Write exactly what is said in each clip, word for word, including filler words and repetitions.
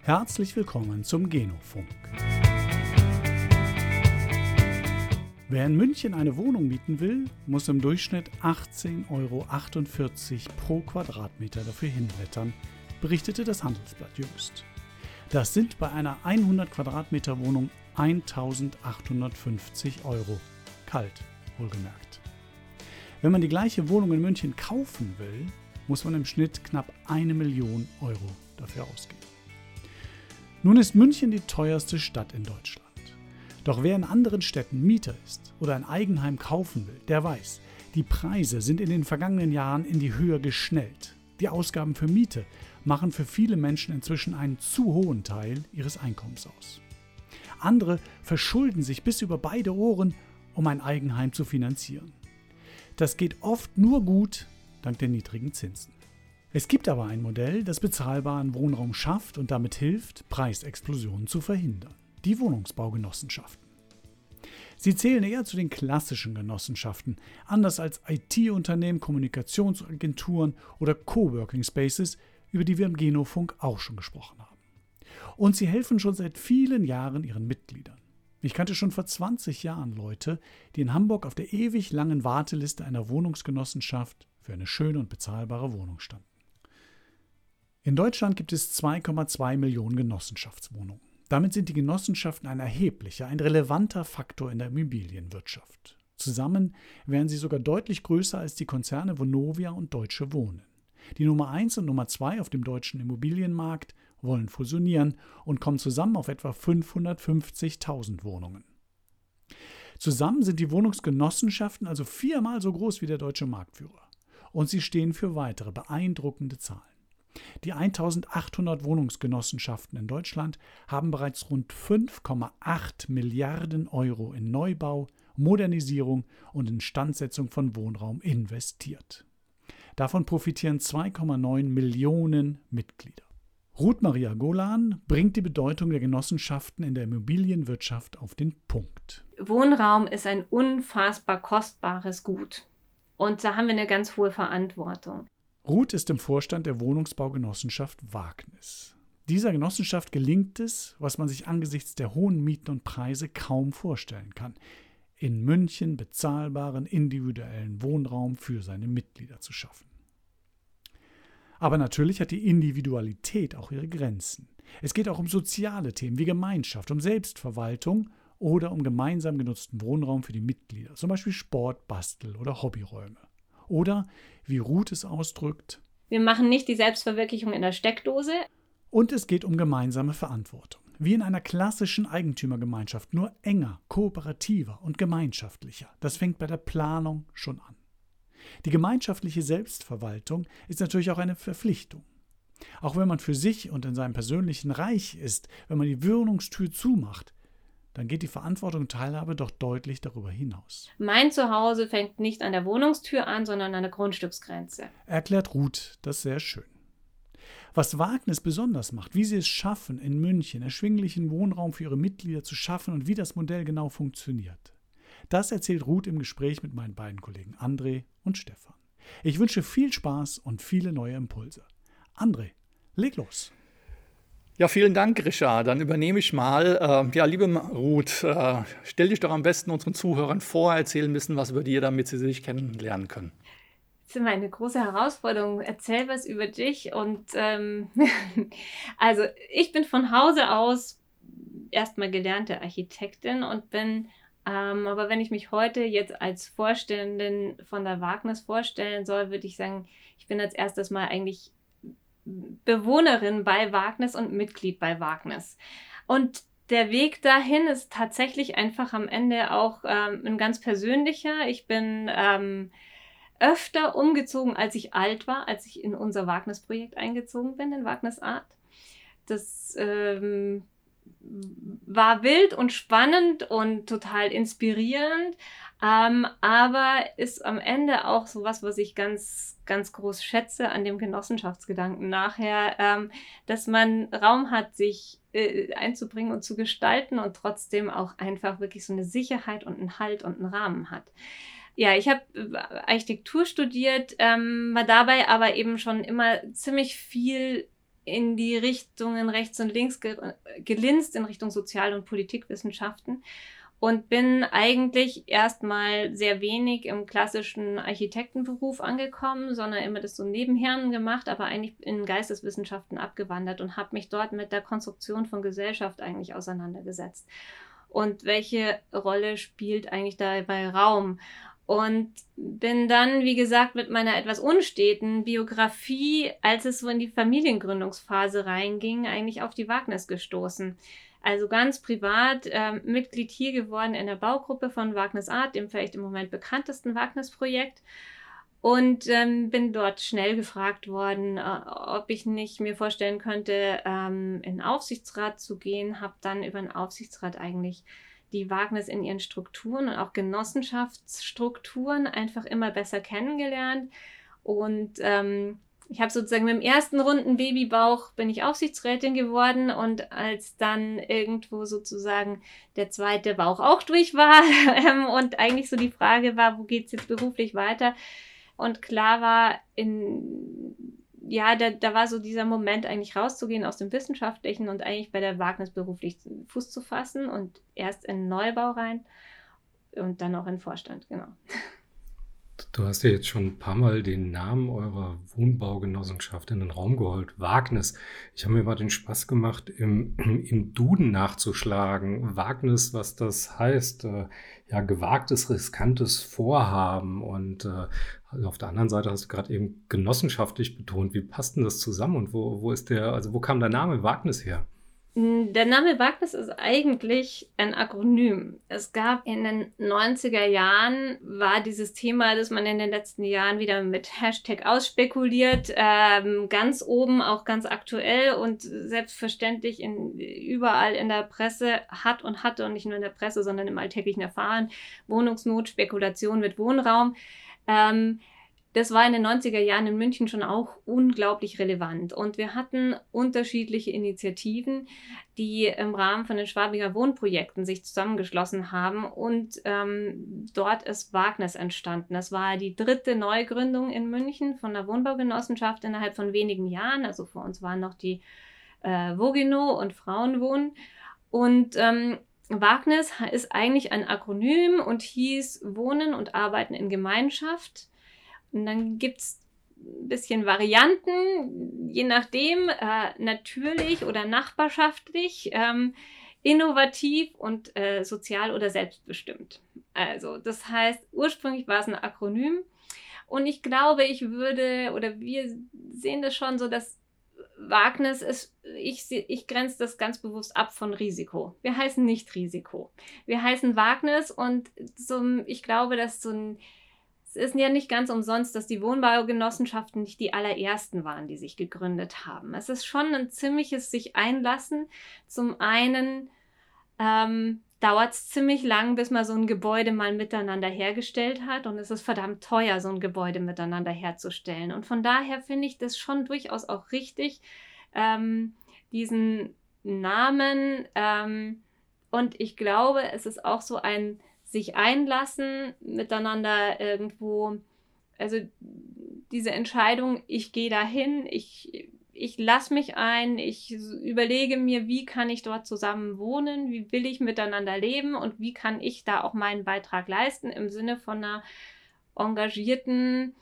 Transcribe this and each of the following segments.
Herzlich willkommen zum Genofunk. Wer in München eine Wohnung mieten will, muss im Durchschnitt achtzehn Euro achtundvierzig pro Quadratmeter dafür hinblättern, berichtete das Handelsblatt jüngst. Das sind bei einer hundert Quadratmeter Wohnung eintausendachthundertfünfzig Euro. Kalt, wohlgemerkt. Wenn man die gleiche Wohnung in München kaufen will, muss man im Schnitt knapp eine Million Euro dafür ausgeben. Nun ist München die teuerste Stadt in Deutschland. Doch wer in anderen Städten Mieter ist oder ein Eigenheim kaufen will, der weiß, die Preise sind in den vergangenen Jahren in die Höhe geschnellt. Die Ausgaben für Miete machen für viele Menschen inzwischen einen zu hohen Teil ihres Einkommens aus. Andere verschulden sich bis über beide Ohren, um ein Eigenheim zu finanzieren. Das geht oft nur gut dank der niedrigen Zinsen. Es gibt aber ein Modell, das bezahlbaren Wohnraum schafft und damit hilft, Preisexplosionen zu verhindern. Die Wohnungsbaugenossenschaften. Sie zählen eher zu den klassischen Genossenschaften, anders als I T-Unternehmen, Kommunikationsagenturen oder Coworking Spaces, über die wir im Genofunk auch schon gesprochen haben. Und sie helfen schon seit vielen Jahren ihren Mitgliedern. Ich kannte schon vor zwanzig Jahren Leute, die in Hamburg auf der ewig langen Warteliste einer Wohnungsgenossenschaft für eine schöne und bezahlbare Wohnung standen. In Deutschland gibt es zwei Komma zwei Millionen Genossenschaftswohnungen. Damit sind die Genossenschaften ein erheblicher, ein relevanter Faktor in der Immobilienwirtschaft. Zusammen wären sie sogar deutlich größer als die Konzerne Vonovia und Deutsche Wohnen. Die Nummer eins und Nummer zwei auf dem deutschen Immobilienmarkt wollen fusionieren und kommen zusammen auf etwa fünfhundertfünfzigtausend Wohnungen. Zusammen sind die Wohnungsgenossenschaften also viermal so groß wie der deutsche Marktführer. Und sie stehen für weitere beeindruckende Zahlen. Die eintausendachthundert Wohnungsgenossenschaften in Deutschland haben bereits rund fünf Komma acht Milliarden Euro in Neubau, Modernisierung und Instandsetzung von Wohnraum investiert. Davon profitieren zwei Komma neun Millionen Mitglieder. Ruth Maria Golan bringt die Bedeutung der Genossenschaften in der Immobilienwirtschaft auf den Punkt. Wohnraum ist ein unfassbar kostbares Gut. Und da haben wir eine ganz hohe Verantwortung. Ruth ist im Vorstand der Wohnungsbaugenossenschaft Wagnis. Dieser Genossenschaft gelingt es, was man sich angesichts der hohen Mieten und Preise kaum vorstellen kann, in München bezahlbaren individuellen Wohnraum für seine Mitglieder zu schaffen. Aber natürlich hat die Individualität auch ihre Grenzen. Es geht auch um soziale Themen wie Gemeinschaft, um Selbstverwaltung oder um gemeinsam genutzten Wohnraum für die Mitglieder, zum Beispiel Sport, Bastel- oder Hobbyräume. Oder, wie Ruth es ausdrückt, wir machen nicht die Selbstverwirklichung in der Steckdose. Und es geht um gemeinsame Verantwortung. Wie in einer klassischen Eigentümergemeinschaft, nur enger, kooperativer und gemeinschaftlicher. Das fängt bei der Planung schon an. Die gemeinschaftliche Selbstverwaltung ist natürlich auch eine Verpflichtung. Auch wenn man für sich und in seinem persönlichen Reich ist, wenn man die Wohnungstür zumacht, dann geht die Verantwortung und Teilhabe doch deutlich darüber hinaus. Mein Zuhause fängt nicht an der Wohnungstür an, sondern an der Grundstücksgrenze. Erklärt Ruth das sehr schön. Was Wagnis besonders macht, wie sie es schaffen, in München erschwinglichen Wohnraum für ihre Mitglieder zu schaffen und wie das Modell genau funktioniert, das erzählt Ruth im Gespräch mit meinen beiden Kollegen André und Stefan. Ich wünsche viel Spaß und viele neue Impulse. André, leg los. Ja, vielen Dank, Richard. Dann übernehme ich mal. Äh, ja, liebe Ruth, äh, stell dich doch am besten unseren Zuhörern vor, erzähl ein bisschen was über dich, damit sie sich kennenlernen können. Das ist immer eine große Herausforderung. Erzähl was über dich. Und ähm, also ich bin von Hause aus erstmal gelernte Architektin und bin, ähm, aber wenn ich mich heute jetzt als Vorständin von der Wagnis vorstellen soll, würde ich sagen, ich bin als erstes mal eigentlich Bewohnerin bei Wagnis und Mitglied bei Wagnis. Und der Weg dahin ist tatsächlich einfach am Ende auch ähm, ein ganz persönlicher. Ich bin ähm, öfter umgezogen, als ich alt war, als ich in unser Wagnis-Projekt eingezogen bin, in Wagnis Art. Das ähm, war wild und spannend und total inspirierend, ähm, aber ist am Ende auch sowas, was ich ganz, ganz groß schätze an dem Genossenschaftsgedanken nachher, ähm, dass man Raum hat, sich äh, einzubringen und zu gestalten und trotzdem auch einfach wirklich so eine Sicherheit und einen Halt und einen Rahmen hat. Ja, ich habe Architektur studiert, ähm, war dabei aber eben schon immer ziemlich viel in die Richtungen rechts und links ge- gelinst, in Richtung Sozial- und Politikwissenschaften. Und bin eigentlich erstmal sehr wenig im klassischen Architektenberuf angekommen, sondern immer das so nebenher gemacht, aber eigentlich in Geisteswissenschaften abgewandert und habe mich dort mit der Konstruktion von Gesellschaft eigentlich auseinandergesetzt. Und welche Rolle spielt eigentlich dabei Raum? Und bin dann, wie gesagt, mit meiner etwas unsteten Biografie, als es so in die Familiengründungsphase reinging, eigentlich auf die Wagnis gestoßen. Also ganz privat äh, Mitglied hier geworden in der Baugruppe von Wagnis Art, dem vielleicht im Moment bekanntesten Wagnis-Projekt. Und ähm, bin dort schnell gefragt worden, äh, ob ich nicht mir vorstellen könnte, ähm, in den Aufsichtsrat zu gehen. Habe dann über den Aufsichtsrat eigentlich die Wagnis in ihren Strukturen und auch Genossenschaftsstrukturen einfach immer besser kennengelernt. Und ähm, ich habe sozusagen mit dem ersten runden Babybauch bin ich Aufsichtsrätin geworden, und als dann irgendwo sozusagen der zweite Bauch auch durch war ähm, und eigentlich so die Frage war, wo geht es jetzt beruflich weiter? Und klar war, in, ja, da, da war so dieser Moment, eigentlich rauszugehen aus dem Wissenschaftlichen und eigentlich bei der Wagnis beruflich Fuß zu fassen, und erst in den Neubau rein und dann auch in den Vorstand, genau. Du hast ja jetzt schon ein paar Mal den Namen eurer Wohnbaugenossenschaft in den Raum geholt, Wagnis. Ich habe mir mal den Spaß gemacht, im, im Duden nachzuschlagen. Wagnis, was das heißt, äh, ja, gewagtes, riskantes Vorhaben. Und äh, also auf der anderen Seite hast du gerade eben genossenschaftlich betont. Wie passt denn das zusammen, und wo, wo ist der, also wo kam der Name Wagnis her? Der Name Wagnis ist eigentlich ein Akronym. Es gab in den neunziger Jahren, war dieses Thema, das man in den letzten Jahren wieder mit Hashtag ausspekuliert, ähm, ganz oben, auch ganz aktuell und selbstverständlich in, überall in der Presse hat und hatte, und nicht nur in der Presse, sondern im alltäglichen Erfahren, Wohnungsnot, Spekulation mit Wohnraum. Ähm, Das war in den neunziger Jahren in München schon auch unglaublich relevant. Und wir hatten unterschiedliche Initiativen, die im Rahmen von den Schwabinger Wohnprojekten sich zusammengeschlossen haben. Und ähm, dort ist Wagnis entstanden. Das war die dritte Neugründung in München von der Wohnbaugenossenschaft innerhalb von wenigen Jahren. Also vor uns waren noch die äh, Wogino und Frauenwohnen. Und ähm, Wagnis ist eigentlich ein Akronym und hieß Wohnen und Arbeiten in Gemeinschaft. Und dann gibt es ein bisschen Varianten, je nachdem, äh, natürlich oder nachbarschaftlich, ähm, innovativ und äh, sozial oder selbstbestimmt. Also das heißt, ursprünglich war es ein Akronym, und ich glaube, ich würde, oder wir sehen das schon so, dass Wagnis ist, ich, ich grenze das ganz bewusst ab von Risiko. Wir heißen nicht Risiko. Wir heißen Wagnis, und so, ich glaube, dass so ein Es ist ja nicht ganz umsonst, dass die Wohnbaugenossenschaften nicht die allerersten waren, die sich gegründet haben. Es ist schon ein ziemliches sich einlassen. Zum einen ähm, dauert es ziemlich lang, bis man so ein Gebäude mal miteinander hergestellt hat, und es ist verdammt teuer, so ein Gebäude miteinander herzustellen. Und von daher finde ich das schon durchaus auch richtig, ähm, diesen Namen. Ähm, und ich glaube, es ist auch so ein sich einlassen, miteinander irgendwo, also diese Entscheidung, ich gehe dahin, ich, ich lasse mich ein, ich überlege mir, wie kann ich dort zusammen wohnen, wie will ich miteinander leben und wie kann ich da auch meinen Beitrag leisten im Sinne von einer engagierten,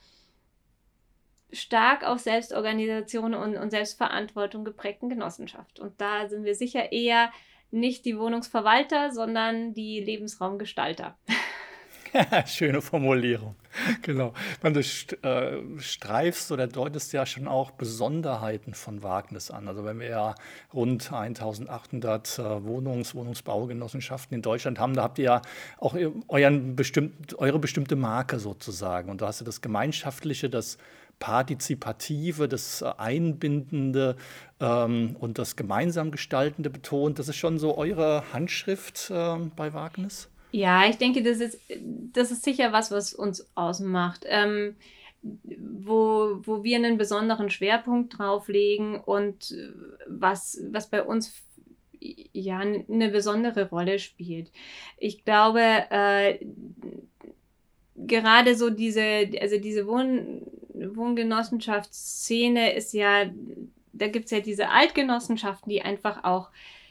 stark auf Selbstorganisation und, und Selbstverantwortung geprägten Genossenschaft. Und da sind wir sicher eher nicht die Wohnungsverwalter, sondern die Lebensraumgestalter. Schöne Formulierung. Genau. Wenn du äh, streifst oder deutest ja schon auch Besonderheiten von Wagnis an. Also wenn wir ja rund eintausendachthundert äh, Wohnungs-, Wohnungsbaugenossenschaften in Deutschland haben, da habt ihr ja auch euren bestimmt, eure bestimmte Marke sozusagen. Und da hast du das Gemeinschaftliche, das Partizipative, das Einbindende ähm, und das gemeinsam Gestaltende betont. Das ist schon so eure Handschrift äh, bei Wagnis? Ja, ich denke, das ist, das ist sicher was, was uns ausmacht, ähm, wo, wo wir einen besonderen Schwerpunkt drauf legen und was, was bei uns ja eine besondere Rolle spielt. Ich glaube, äh, gerade so diese, also diese Wohn, Wohngenossenschaftsszene ist ja da gibt es ja diese Altgenossenschaften, die einfach auch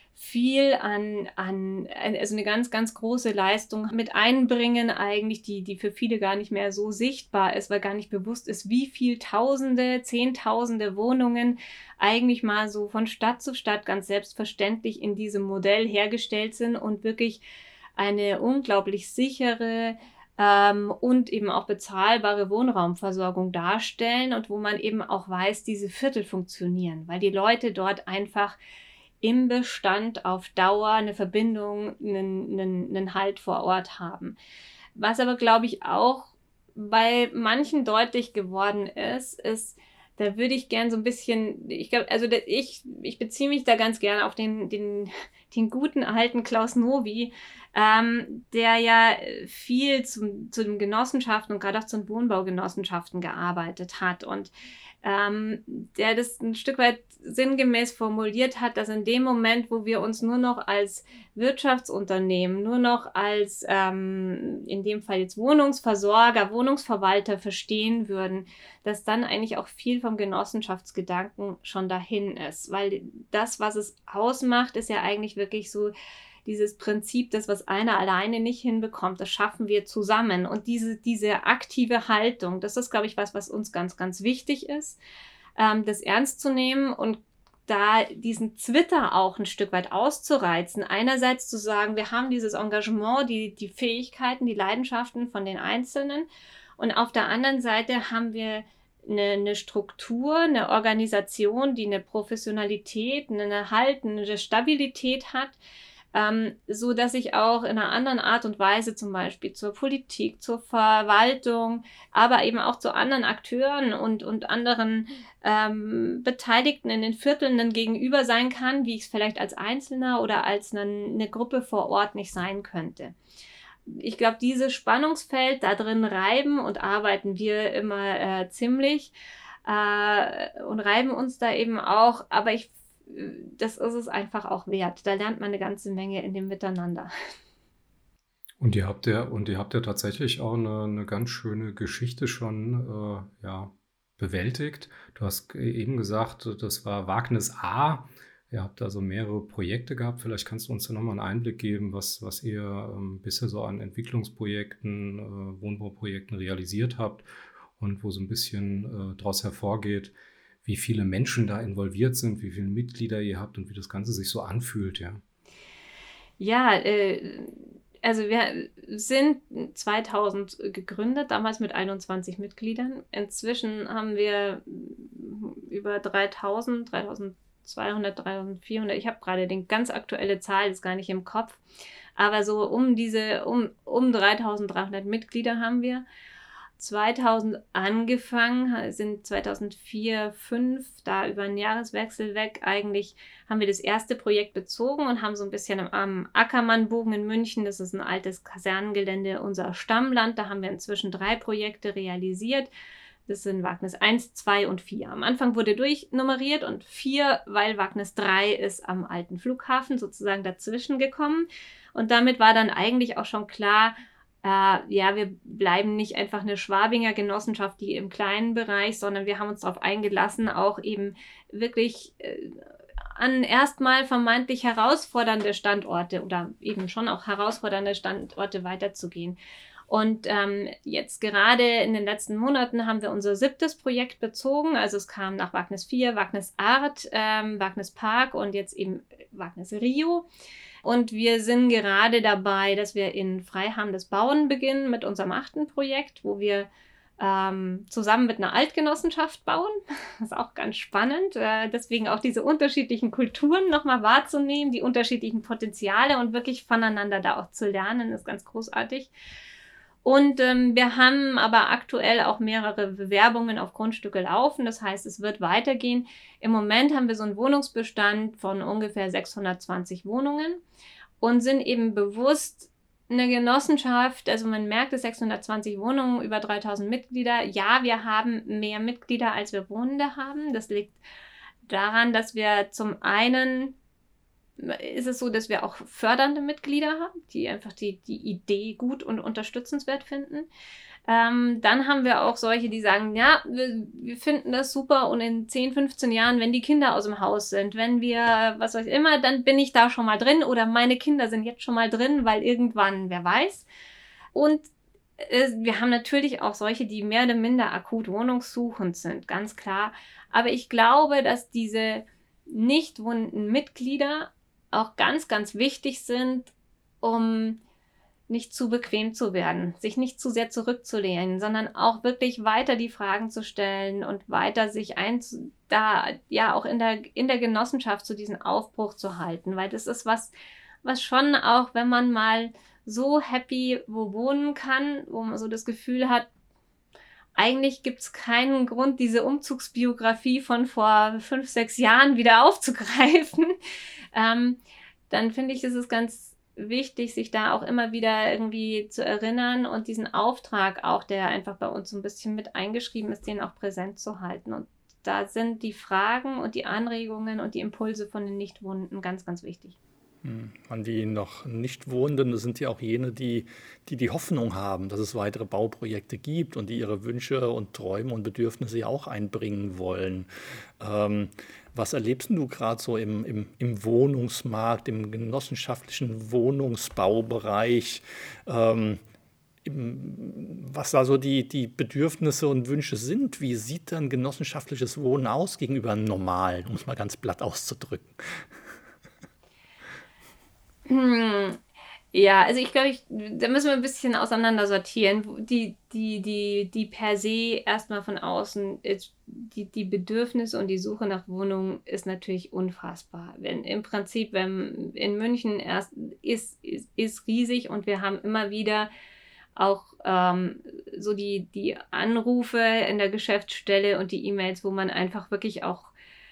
viel an, an, also eine ganz, ganz große Leistung mit einbringen eigentlich, die, die für viele gar nicht mehr so sichtbar ist, weil gar nicht bewusst ist, wie viel Tausende, Zehntausende Wohnungen eigentlich mal so von Stadt zu Stadt ganz selbstverständlich in diesem Modell hergestellt sind und wirklich eine unglaublich sichere ähm, und eben auch bezahlbare Wohnraumversorgung darstellen und wo man eben auch weiß, diese Viertel funktionieren, weil die Leute dort einfach im Bestand auf Dauer eine Verbindung, einen, einen, einen Halt vor Ort haben. Was aber, glaube ich, auch bei manchen deutlich geworden ist, ist, da würde ich gern so ein bisschen, ich glaube, also ich, ich beziehe mich da ganz gerne auf den, den, den guten alten Klaus Novi, ähm, der ja viel zum, zu den Genossenschaften und gerade auch zu den Wohnbaugenossenschaften gearbeitet hat und ähm, der das ein Stück weit sinngemäß formuliert hat, dass in dem Moment, wo wir uns nur noch als Wirtschaftsunternehmen, nur noch als ähm, in dem Fall jetzt Wohnungsversorger, Wohnungsverwalter verstehen würden, dass dann eigentlich auch viel vom Genossenschaftsgedanken schon dahin ist. Weil das, was es ausmacht, ist ja eigentlich wirklich so dieses Prinzip, das, was einer alleine nicht hinbekommt, das schaffen wir zusammen. Und diese, diese aktive Haltung, das ist, glaube ich, was, was uns ganz, ganz wichtig ist, ähm, das ernst zu nehmen und da diesen Zwitter auch ein Stück weit auszureizen. Einerseits zu sagen, wir haben dieses Engagement, die, die Fähigkeiten, die Leidenschaften von den Einzelnen und auf der anderen Seite haben wir eine, eine Struktur, eine Organisation, die eine Professionalität, eine Halt, eine Stabilität hat, Ähm, so dass ich auch in einer anderen Art und Weise zum Beispiel zur Politik, zur Verwaltung, aber eben auch zu anderen Akteuren und, und anderen ähm, Beteiligten in den Vierteln dann gegenüber sein kann, wie ich es vielleicht als Einzelner oder als eine, eine Gruppe vor Ort nicht sein könnte. Ich glaube, dieses Spannungsfeld, da drin reiben und arbeiten wir immer äh, ziemlich äh, und reiben uns da eben auch, aber ich das ist es einfach auch wert. Da lernt man eine ganze Menge in dem Miteinander. Und ihr habt ja, und ihr habt ja tatsächlich auch eine, eine ganz schöne Geschichte schon äh, ja, bewältigt. Du hast eben gesagt, das war Wagnis A. Ihr habt also mehrere Projekte gehabt. Vielleicht kannst du uns da nochmal einen Einblick geben, was, was ihr ähm, bisher so an Entwicklungsprojekten, äh, Wohnbauprojekten realisiert habt und wo so ein bisschen äh, daraus hervorgeht, wie viele Menschen da involviert sind, wie viele Mitglieder ihr habt und wie das Ganze sich so anfühlt, ja. Ja, äh, also wir sind zweitausend gegründet, damals mit einundzwanzig Mitgliedern. Inzwischen haben wir über dreitausend, dreitausendzweihundert, dreitausendvierhundert. Ich habe gerade die ganz aktuelle Zahl, ist gar nicht im Kopf, aber so um diese, um, um dreitausenddreihundert Mitglieder haben wir. zweitausend angefangen, sind zweitausendvier, zweitausendfünf, da über einen Jahreswechsel weg, eigentlich haben wir das erste Projekt bezogen und haben so ein bisschen am Ackermannbogen in München, das ist ein altes Kasernengelände, unser Stammland, da haben wir inzwischen drei Projekte realisiert. Das sind Wagnis eins, zwei und vier. Am Anfang wurde durchnummeriert und vier, weil Wagnis drei ist am alten Flughafen sozusagen dazwischen gekommen. Und damit war dann eigentlich auch schon klar, Uh, ja, wir bleiben nicht einfach eine Schwabinger Genossenschaft, die im kleinen Bereich, sondern wir haben uns darauf eingelassen, auch eben wirklich äh, an erstmal vermeintlich herausfordernde Standorte oder eben schon auch herausfordernde Standorte weiterzugehen. Und ähm, jetzt gerade in den letzten Monaten haben wir unser siebtes Projekt bezogen. Also es kam nach Wagnis vier, Wagnis Art, ähm, Wagnis Park und jetzt eben Wagnis Rio. Und wir sind gerade dabei, dass wir in Freiham das Bauen beginnen mit unserem achten Projekt, wo wir ähm, zusammen mit einer Altgenossenschaft bauen. Das ist auch ganz spannend. Äh, deswegen auch diese unterschiedlichen Kulturen nochmal wahrzunehmen, die unterschiedlichen Potenziale und wirklich voneinander da auch zu lernen, ist ganz großartig. Und ähm, wir haben aber aktuell auch mehrere Bewerbungen auf Grundstücke laufen. Das heißt, es wird weitergehen. Im Moment haben wir so einen Wohnungsbestand von ungefähr sechshundertzwanzig Wohnungen und sind eben bewusst eine Genossenschaft. Also man merkt es, sechshundertzwanzig Wohnungen, über dreitausend Mitglieder. Ja, wir haben mehr Mitglieder, als wir Wohnende haben. Das liegt daran, dass wir zum einen ist es so, dass wir auch fördernde Mitglieder haben, die einfach die, die Idee gut und unterstützenswert finden. Ähm, dann haben wir auch solche, die sagen, ja, wir, wir finden das super und in zehn, fünfzehn Jahren, wenn die Kinder aus dem Haus sind, wenn wir, was weiß ich immer, dann bin ich da schon mal drin oder meine Kinder sind jetzt schon mal drin, weil irgendwann, wer weiß. Und äh, wir haben natürlich auch solche, die mehr oder minder akut wohnungssuchend sind, ganz klar. Aber ich glaube, dass diese nicht wohnenden Mitglieder auch ganz, ganz wichtig sind, um nicht zu bequem zu werden, sich nicht zu sehr zurückzulehnen, sondern auch wirklich weiter die Fragen zu stellen und weiter sich ein, da ja auch in der, in der Genossenschaft zu diesem Aufbruch zu halten, weil das ist was, was schon auch, wenn man mal so happy wo wohnen kann, wo man so das Gefühl hat, eigentlich gibt es keinen Grund, diese Umzugsbiografie von vor fünf, sechs Jahren wieder aufzugreifen, ähm, dann finde ich, ist es ganz wichtig, sich da auch immer wieder irgendwie zu erinnern und diesen Auftrag auch, der einfach bei uns so ein bisschen mit eingeschrieben ist, den auch präsent zu halten. Und da sind die Fragen und die Anregungen und die Impulse von den Nichtwohnenden ganz, ganz wichtig. An die noch Nichtwohnenden, das sind ja auch jene, die, die die Hoffnung haben, dass es weitere Bauprojekte gibt und die ihre Wünsche und Träume und Bedürfnisse ja auch einbringen wollen. Ähm, was erlebst du gerade so im, im, im Wohnungsmarkt, im genossenschaftlichen Wohnungsbaubereich? Ähm, im, was da so die, die Bedürfnisse und Wünsche sind? Wie sieht dann genossenschaftliches Wohnen aus gegenüber einem normalen, um es mal ganz platt auszudrücken? Hm. Ja, also ich glaube, ich, da müssen wir ein bisschen auseinander sortieren. Die, die, die, die per se erstmal von außen, ist, die, die Bedürfnisse und die Suche nach Wohnungen ist natürlich unfassbar. Wenn im Prinzip, wenn in München erst ist, ist, ist riesig und wir haben immer wieder auch ähm, so die, die Anrufe in der Geschäftsstelle und die E-Mails, wo man einfach wirklich auch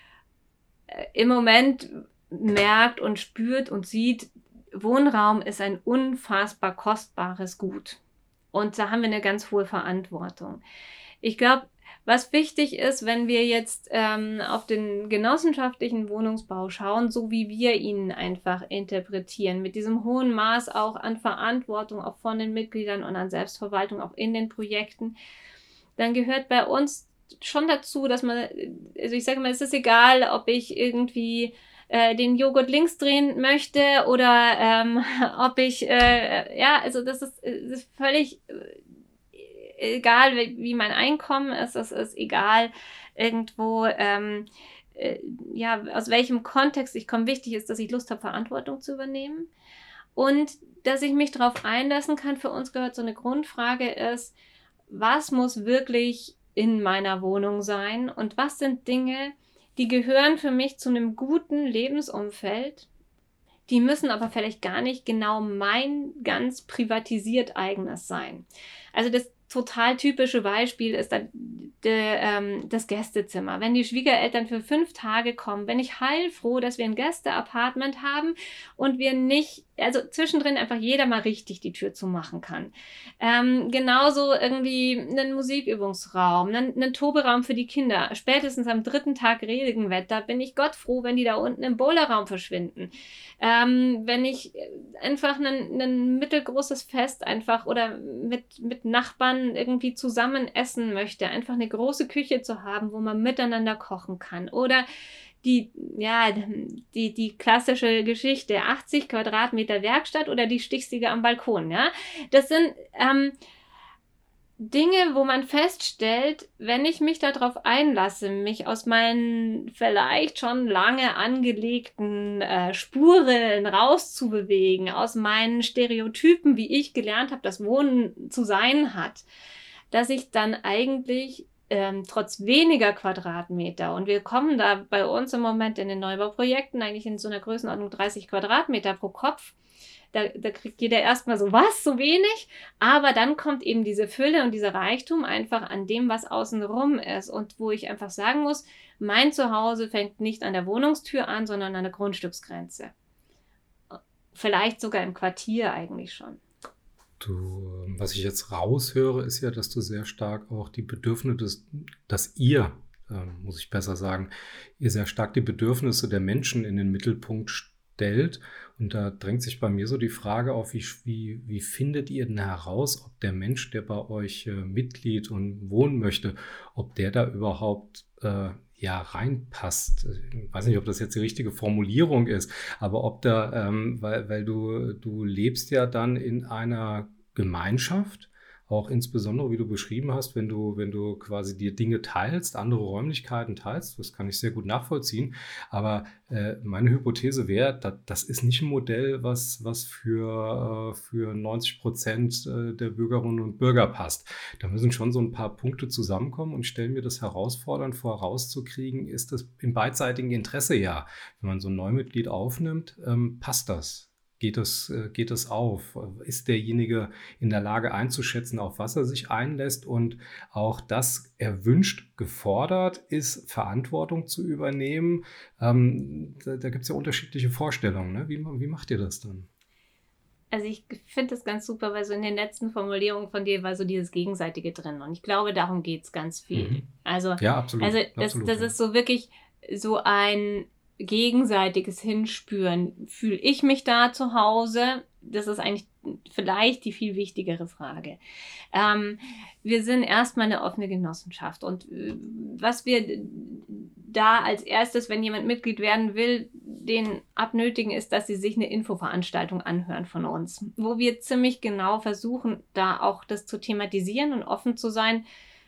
äh, im Moment merkt und spürt und sieht, Wohnraum ist ein unfassbar kostbares Gut. Und da haben wir eine ganz hohe Verantwortung. Ich glaube, was wichtig ist, wenn wir jetzt ähm, auf den genossenschaftlichen Wohnungsbau schauen, so wie wir ihn einfach interpretieren, mit diesem hohen Maß auch an Verantwortung, auch von den Mitgliedern und an Selbstverwaltung, auch in den Projekten, dann gehört bei uns schon dazu, dass man, also ich sage mal, es ist egal, ob ich irgendwie den Joghurt links drehen möchte oder ähm, ob ich, äh, ja, also das ist, ist völlig äh, egal, wie, wie mein Einkommen ist, es ist egal irgendwo, ähm, äh, ja, aus welchem Kontext ich komme. Wichtig ist, dass ich Lust habe, Verantwortung zu übernehmen und dass ich mich darauf einlassen kann. Für uns gehört so eine Grundfrage ist, was muss wirklich in meiner Wohnung sein und was sind Dinge, die gehören für mich zu einem guten Lebensumfeld. Die müssen aber vielleicht gar nicht genau mein ganz privatisiert eigenes sein. Also das total typische Beispiel ist dann de, ähm, das Gästezimmer. Wenn die Schwiegereltern für fünf Tage kommen, bin ich heilfroh, dass wir ein Gästeapartment haben und wir nicht, also zwischendrin einfach jeder mal richtig die Tür zumachen kann. Ähm, genauso irgendwie einen Musikübungsraum, einen, einen Toberaum für die Kinder. Spätestens am dritten Tag Regenwetter bin ich Gott froh, wenn die da unten im Bowlerraum verschwinden. Ähm, wenn ich einfach ein, ein mittelgroßes Fest einfach oder mit, mit Nachbarn irgendwie zusammen essen möchte, einfach eine große Küche zu haben, wo man miteinander kochen kann. Oder die, ja, die, die klassische Geschichte, achtzig Quadratmeter Werkstatt oder die Stichsäge am Balkon, ja. Das sind ähm, Dinge, wo man feststellt, wenn ich mich darauf einlasse, mich aus meinen vielleicht schon lange angelegten äh, Spuren rauszubewegen, aus meinen Stereotypen, wie ich gelernt habe, dass Wohnen zu sein hat, dass ich dann eigentlich ähm, trotz weniger Quadratmeter, und wir kommen da bei uns im Moment in den Neubauprojekten eigentlich in so einer Größenordnung dreißig Quadratmeter pro Kopf, Da, da kriegt jeder erstmal so, was, so wenig, aber dann kommt eben diese Fülle und dieser Reichtum einfach an dem, was außenrum ist und wo ich einfach sagen muss, mein Zuhause fängt nicht an der Wohnungstür an, sondern an der Grundstücksgrenze. Vielleicht sogar im Quartier eigentlich schon. Du, was ich jetzt raushöre, ist ja, dass du sehr stark auch die Bedürfnisse, dass ihr, äh, muss ich besser sagen, ihr sehr stark die Bedürfnisse der Menschen in den Mittelpunkt stellt, stellt. Und da drängt sich bei mir so die Frage auf, wie, wie, wie findet ihr denn heraus, ob der Mensch, der bei euch äh, Mitglied und wohnen möchte, ob der da überhaupt äh, ja reinpasst. Ich weiß nicht, ob das jetzt die richtige Formulierung ist, aber ob da, ähm, weil, weil du, du lebst ja dann in einer Gemeinschaft, auch insbesondere, wie du beschrieben hast, wenn du, wenn du quasi dir Dinge teilst, andere Räumlichkeiten teilst, das kann ich sehr gut nachvollziehen. Aber äh, meine Hypothese wäre, da, das ist nicht ein Modell, was, was für, äh, für neunzig Prozent der Bürgerinnen und Bürger passt. Da müssen schon so ein paar Punkte zusammenkommen und stellen mir das herausfordernd vor, rauszukriegen, ist das im beidseitigen Interesse ja. Wenn man so ein Neumitglied aufnimmt, ähm, passt das. Geht es, geht es auf? Ist derjenige in der Lage einzuschätzen, auf was er sich einlässt und auch das erwünscht, gefordert ist, Verantwortung zu übernehmen? Ähm, da da gibt es ja unterschiedliche Vorstellungen. Ne? Wie, wie macht ihr das dann? Also ich finde das ganz super, weil so in den letzten Formulierungen von dir war so dieses Gegenseitige drin. Und ich glaube, darum geht es ganz viel. Mhm. Also, ja, absolut. Also das, absolut, das ja. ist so wirklich so ein gegenseitiges Hinspüren. Fühle ich mich da zu Hause? Das ist eigentlich vielleicht die viel wichtigere Frage. Ähm, wir sind erstmal eine offene Genossenschaft und äh, was wir da als erstes, wenn jemand Mitglied werden will, den abnötigen, ist, dass sie sich eine Infoveranstaltung anhören von uns, wo wir ziemlich genau versuchen, da auch das zu thematisieren und offen zu sein,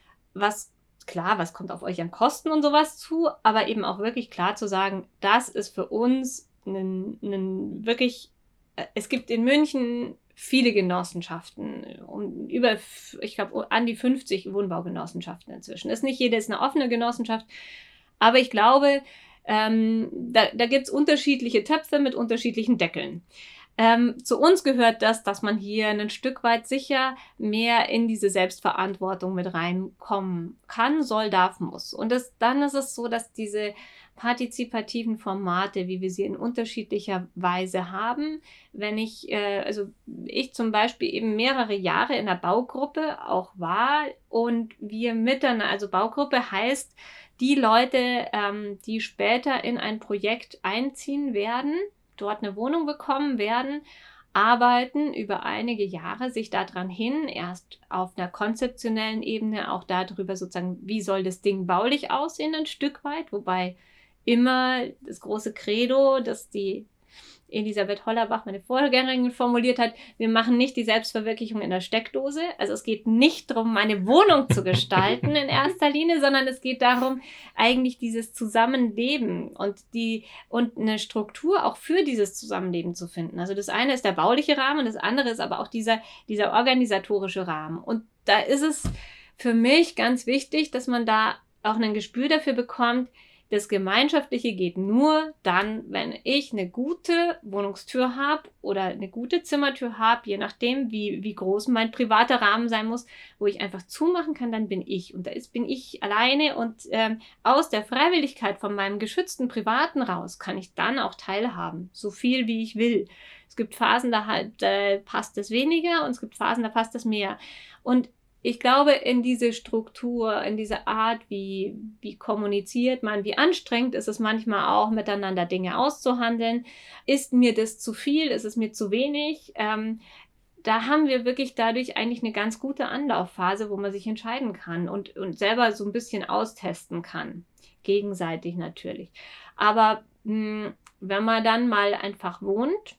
was klar, was kommt auf euch an Kosten und sowas zu, aber eben auch wirklich klar zu sagen, das ist für uns ein, ein wirklich, es gibt in München viele Genossenschaften, um über, ich glaube, an die fünfzig Wohnbaugenossenschaften inzwischen. Ist nicht jede ist eine offene Genossenschaft, aber ich glaube, ähm, da, da gibt es unterschiedliche Töpfe mit unterschiedlichen Deckeln. Ähm, zu uns gehört das, dass man hier ein Stück weit sicher mehr in diese Selbstverantwortung mit reinkommen kann, soll, darf, muss. Und das, dann ist es so, dass diese partizipativen Formate, wie wir sie in unterschiedlicher Weise haben, wenn ich, äh, also ich zum Beispiel eben mehrere Jahre in der Baugruppe auch war und wir miteinander, also Baugruppe heißt, die Leute, ähm, die später in ein Projekt einziehen werden, dort eine Wohnung bekommen werden, arbeiten über einige Jahre sich daran hin, erst auf einer konzeptionellen Ebene, auch darüber sozusagen, wie soll das Ding baulich aussehen, ein Stück weit, wobei immer das große Credo, das die Elisabeth Hollerbach, meine Vorgängerin, formuliert hat, wir machen nicht die Selbstverwirklichung in der Steckdose. Also es geht nicht darum, meine Wohnung zu gestalten in erster Linie, sondern es geht darum, eigentlich dieses Zusammenleben und die und eine Struktur auch für dieses Zusammenleben zu finden. Also das eine ist der bauliche Rahmen, das andere ist aber auch dieser, dieser organisatorische Rahmen. Und da ist es für mich ganz wichtig, dass man da auch ein Gespür dafür bekommt. Das Gemeinschaftliche geht nur dann, wenn ich eine gute Wohnungstür habe oder eine gute Zimmertür habe, je nachdem, wie, wie groß mein privater Rahmen sein muss, wo ich einfach zumachen kann, dann bin ich. Und da ist, bin ich alleine und ähm, aus der Freiwilligkeit von meinem geschützten Privaten raus kann ich dann auch teilhaben, so viel wie ich will. Es gibt Phasen, da halt, äh, passt es weniger und es gibt Phasen, da passt es mehr. Und ich glaube, in diese Struktur, in diese Art, wie, wie kommuniziert man, wie anstrengend ist es manchmal auch, miteinander Dinge auszuhandeln. Ist mir das zu viel? Ist es mir zu wenig? Ähm, da haben wir wirklich dadurch eigentlich eine ganz gute Anlaufphase, wo man sich entscheiden kann und, und selber so ein bisschen austesten kann. Gegenseitig natürlich. Aber mh, wenn man dann mal einfach wohnt,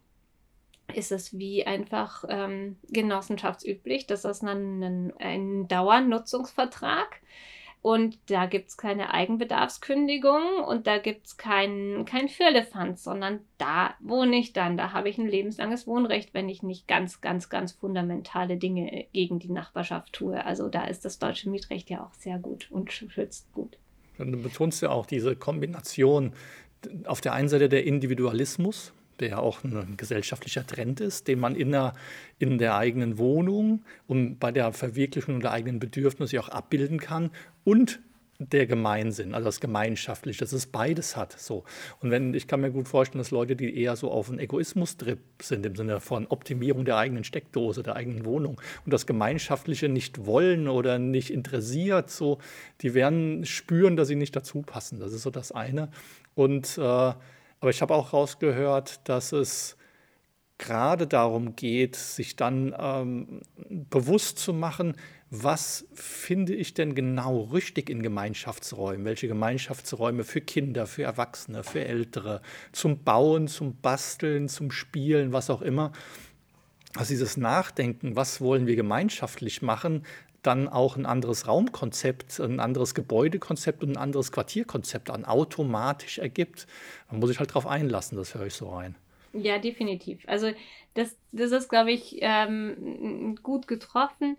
ist es wie einfach ähm, genossenschaftsüblich. Das ist dann ein, ein Dauernutzungsvertrag und da gibt es keine Eigenbedarfskündigung und da gibt es kein, kein Firlefanz, sondern da wohne ich dann. Da habe ich ein lebenslanges Wohnrecht, wenn ich nicht ganz, ganz, ganz fundamentale Dinge gegen die Nachbarschaft tue. Also da ist das deutsche Mietrecht ja auch sehr gut und schützt gut. Du betonst ja auch diese Kombination, auf der einen Seite der Individualismus, der ja auch ein gesellschaftlicher Trend ist, den man in der, in der eigenen Wohnung und bei der Verwirklichung der eigenen Bedürfnisse auch abbilden kann, und der Gemeinsinn, also das Gemeinschaftliche, dass es beides hat. So. Und wenn, ich kann mir gut vorstellen, dass Leute, die eher so auf einen Egoismus-Trip sind, im Sinne von Optimierung der eigenen Steckdose, der eigenen Wohnung und das Gemeinschaftliche nicht wollen oder nicht interessiert, so, die werden spüren, dass sie nicht dazu passen. Das ist so das eine. Und äh, Aber ich habe auch rausgehört, dass es gerade darum geht, sich dann ähm, bewusst zu machen, was finde ich denn genau richtig in Gemeinschaftsräumen? Welche Gemeinschaftsräume für Kinder, für Erwachsene, für Ältere, zum Bauen, zum Basteln, zum Spielen, was auch immer. Also dieses Nachdenken, was wollen wir gemeinschaftlich machen, dann auch ein anderes Raumkonzept, ein anderes Gebäudekonzept und ein anderes Quartierkonzept dann automatisch ergibt. Man muss sich halt darauf einlassen, das höre ich so rein. Ja, definitiv. Also das, das ist, glaube ich, ähm, gut getroffen.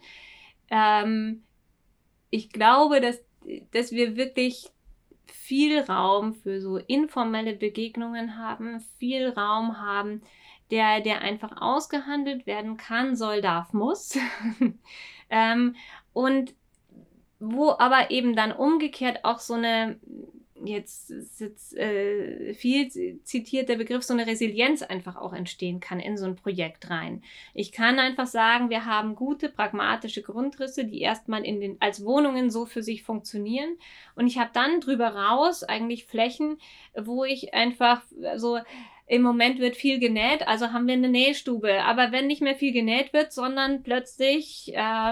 Ähm, ich glaube, dass, dass wir wirklich viel Raum für so informelle Begegnungen haben, viel Raum haben, der, der einfach ausgehandelt werden kann, soll, darf, muss. ähm, und wo aber eben dann umgekehrt auch so eine, jetzt ist jetzt äh, viel zitiert der Begriff, so eine Resilienz einfach auch entstehen kann in so ein Projekt rein. Ich kann einfach sagen, wir haben gute, pragmatische Grundrisse, die erstmal in den, als Wohnungen so für sich funktionieren. Und ich habe dann drüber raus eigentlich Flächen, wo ich einfach so, im Moment wird viel genäht, also haben wir eine Nähstube. Aber wenn nicht mehr viel genäht wird, sondern plötzlich,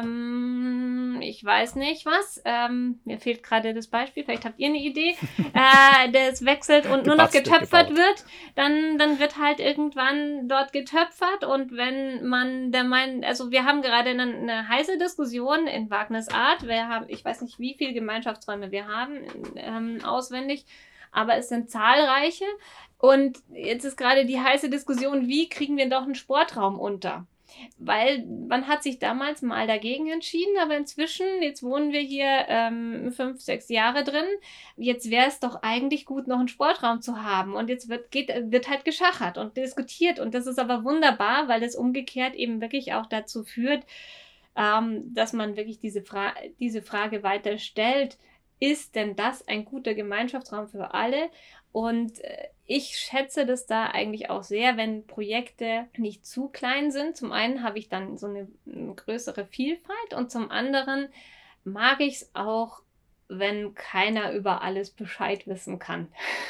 ähm, ich weiß nicht was, ähm, mir fehlt gerade das Beispiel, vielleicht habt ihr eine Idee, äh, das wechselt und nur noch getöpfert wird, dann, dann wird halt irgendwann dort getöpfert. Und wenn man der meint, also wir haben gerade eine, eine heiße Diskussion in Wagners Art, wir haben, ich weiß nicht, wie viele Gemeinschaftsräume wir haben, ähm, auswendig, aber es sind zahlreiche. Und jetzt ist gerade die heiße Diskussion, wie kriegen wir doch einen Sportraum unter? Weil man hat sich damals mal dagegen entschieden, aber inzwischen, jetzt wohnen wir hier ähm, fünf, sechs Jahre drin, jetzt wäre es doch eigentlich gut, noch einen Sportraum zu haben. Und jetzt wird, geht, wird halt geschachert und diskutiert. Und das ist aber wunderbar, weil es umgekehrt eben wirklich auch dazu führt, ähm, dass man wirklich diese, Fra- diese Frage weiter stellt. Ist denn das ein guter Gemeinschaftsraum für alle? Und äh, ich schätze das da eigentlich auch sehr, wenn Projekte nicht zu klein sind. Zum einen habe ich dann so eine, eine größere Vielfalt und zum anderen mag ich es auch, wenn keiner über alles Bescheid wissen kann.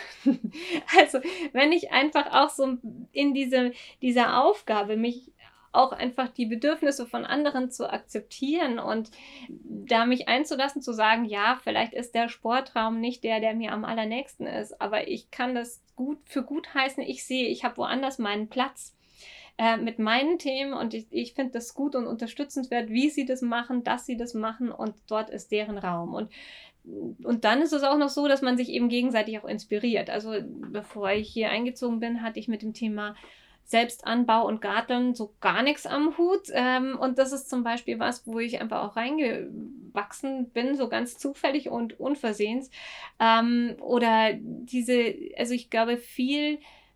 Also wenn ich einfach auch so in diese, dieser Aufgabe mich auch einfach die Bedürfnisse von anderen zu akzeptieren und da mich einzulassen, zu sagen, ja, vielleicht ist der Sportraum nicht der, der mir am allernächsten ist, aber ich kann das gut für gut heißen. Ich sehe, ich habe woanders meinen Platz äh, mit meinen Themen und ich, ich finde das gut und unterstützenswert, wie sie das machen, dass sie das machen und dort ist deren Raum. Und Und dann ist es auch noch so, dass man sich eben gegenseitig auch inspiriert. Also bevor ich hier eingezogen bin, hatte ich mit dem Thema Selbstanbau und Garteln so gar nichts am Hut. Ähm, und das ist zum Beispiel was, wo ich einfach auch reingewachsen bin, so ganz zufällig und unversehens. Ähm, oder diese, also ich glaube, viel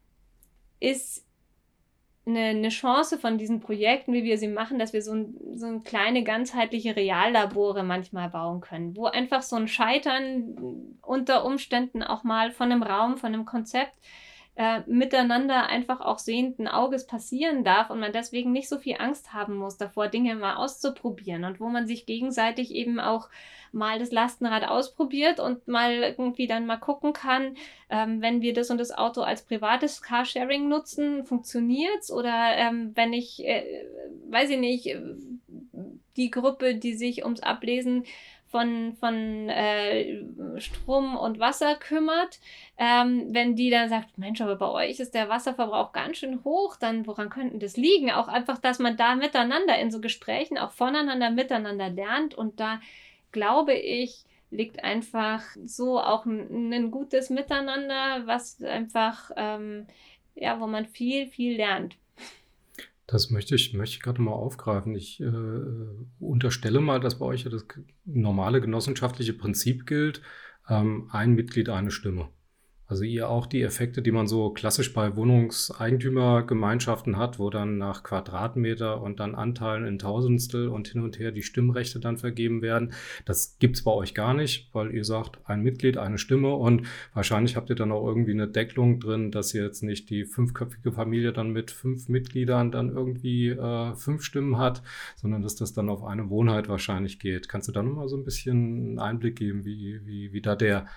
ist eine, eine Chance von diesen Projekten, wie wir sie machen, dass wir so, ein, so ein kleine ganzheitliche Reallabore manchmal bauen können, wo einfach so ein Scheitern unter Umständen auch mal von einem Raum, von einem Konzept Äh, miteinander einfach auch sehenden Auges passieren darf und man deswegen nicht so viel Angst haben muss, davor Dinge mal auszuprobieren und wo man sich gegenseitig eben auch mal das Lastenrad ausprobiert und mal irgendwie dann mal gucken kann, ähm, wenn wir das und das Auto als privates Carsharing nutzen, funktioniert's? Oder ähm, wenn ich, äh, weiß ich nicht, die Gruppe, die sich ums Ablesen von, von äh, Strom und Wasser kümmert, ähm, wenn die dann sagt, Mensch, aber bei euch ist der Wasserverbrauch ganz schön hoch, dann woran könnte das liegen? Auch einfach, dass man da miteinander in so Gesprächen auch voneinander miteinander lernt und da glaube ich, liegt einfach so auch ein, ein gutes Miteinander, was einfach, ähm, ja, wo man viel, viel lernt. Das möchte ich, möchte ich gerade mal aufgreifen. Ich äh, unterstelle mal, dass bei euch ja das normale genossenschaftliche Prinzip gilt, ähm, ein Mitglied, eine Stimme. Also ihr auch die Effekte, die man so klassisch bei Wohnungseigentümergemeinschaften hat, wo dann nach Quadratmeter und dann Anteilen in Tausendstel und hin und her die Stimmrechte dann vergeben werden. Das gibt's bei euch gar nicht, weil ihr sagt, ein Mitglied, eine Stimme und wahrscheinlich habt ihr dann auch irgendwie eine Deckelung drin, dass ihr jetzt nicht die fünfköpfige Familie dann mit fünf Mitgliedern dann irgendwie äh, fünf Stimmen hat, sondern dass das dann auf eine Wohnheit wahrscheinlich geht. Kannst du da nochmal so ein bisschen einen Einblick geben, wie, wie, wie da der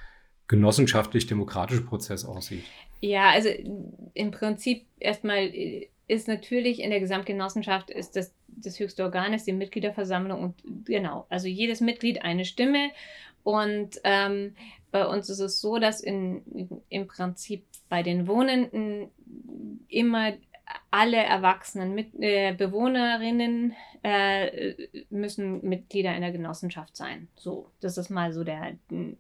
genossenschaftlich-demokratische Prozess aussieht. Ja, also im Prinzip erstmal ist natürlich in der Gesamtgenossenschaft ist das, das höchste Organ ist die Mitgliederversammlung und genau, also jedes Mitglied eine Stimme und ähm, bei uns ist es so, dass in, im Prinzip bei den Wohnenden immer alle erwachsenen Mit, äh, Bewohnerinnen äh, müssen Mitglieder in der Genossenschaft sein. So, das ist mal so der,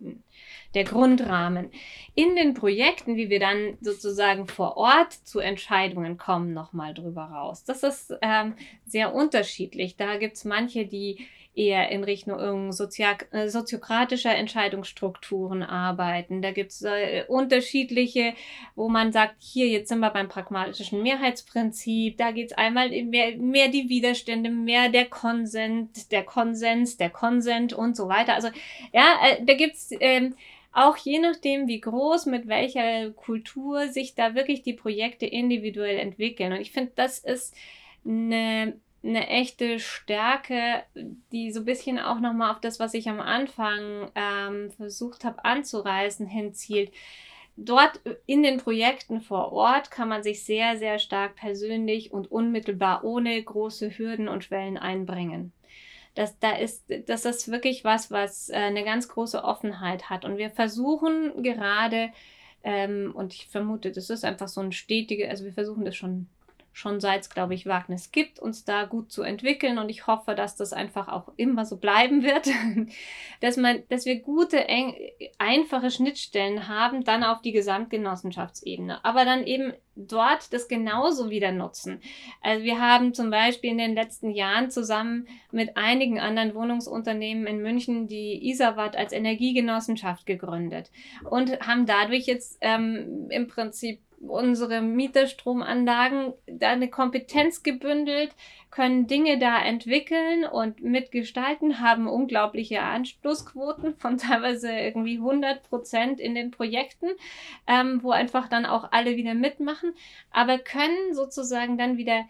der Grundrahmen. In den Projekten, wie wir dann sozusagen vor Ort zu Entscheidungen kommen, nochmal drüber raus. Das ist ähm, sehr unterschiedlich. Da gibt es manche, die eher in Richtung sozial, äh, soziokratischer Entscheidungsstrukturen arbeiten. Da gibt es äh, unterschiedliche, wo man sagt, hier, jetzt sind wir beim pragmatischen Mehrheitsprinzip, da geht es einmal mehr, mehr die Widerstände, mehr der Konsens, der Konsens, der Konsent und so weiter. Also ja, äh, da gibt es ähm, auch je nachdem, wie groß, mit welcher Kultur sich da wirklich die Projekte individuell entwickeln. Und ich finde, das ist eine eine echte Stärke, die so ein bisschen auch nochmal auf das, was ich am Anfang ähm, versucht habe anzureißen, hinzielt. Dort in den Projekten vor Ort kann man sich sehr, sehr stark persönlich und unmittelbar ohne große Hürden und Schwellen einbringen. Das, da ist, das ist wirklich was, was äh, eine ganz große Offenheit hat. Und wir versuchen gerade, ähm, und ich vermute, das ist einfach so ein stetiges, also wir versuchen das schon schon seit es, glaube ich, Wagnis gibt, uns da gut zu entwickeln und ich hoffe, dass das einfach auch immer so bleiben wird, dass man, dass wir gute, eng, einfache Schnittstellen haben, dann auf die Gesamtgenossenschaftsebene, aber dann eben dort das genauso wieder nutzen. Also wir haben zum Beispiel in den letzten Jahren zusammen mit einigen anderen Wohnungsunternehmen in München die Isarwat als Energiegenossenschaft gegründet und haben dadurch jetzt ähm, im Prinzip unsere Mieterstromanlagen da eine Kompetenz gebündelt, können Dinge da entwickeln und mitgestalten, haben unglaubliche Anschlussquoten von teilweise irgendwie hundert Prozent in den Projekten, ähm, wo einfach dann auch alle wieder mitmachen, aber können sozusagen dann wieder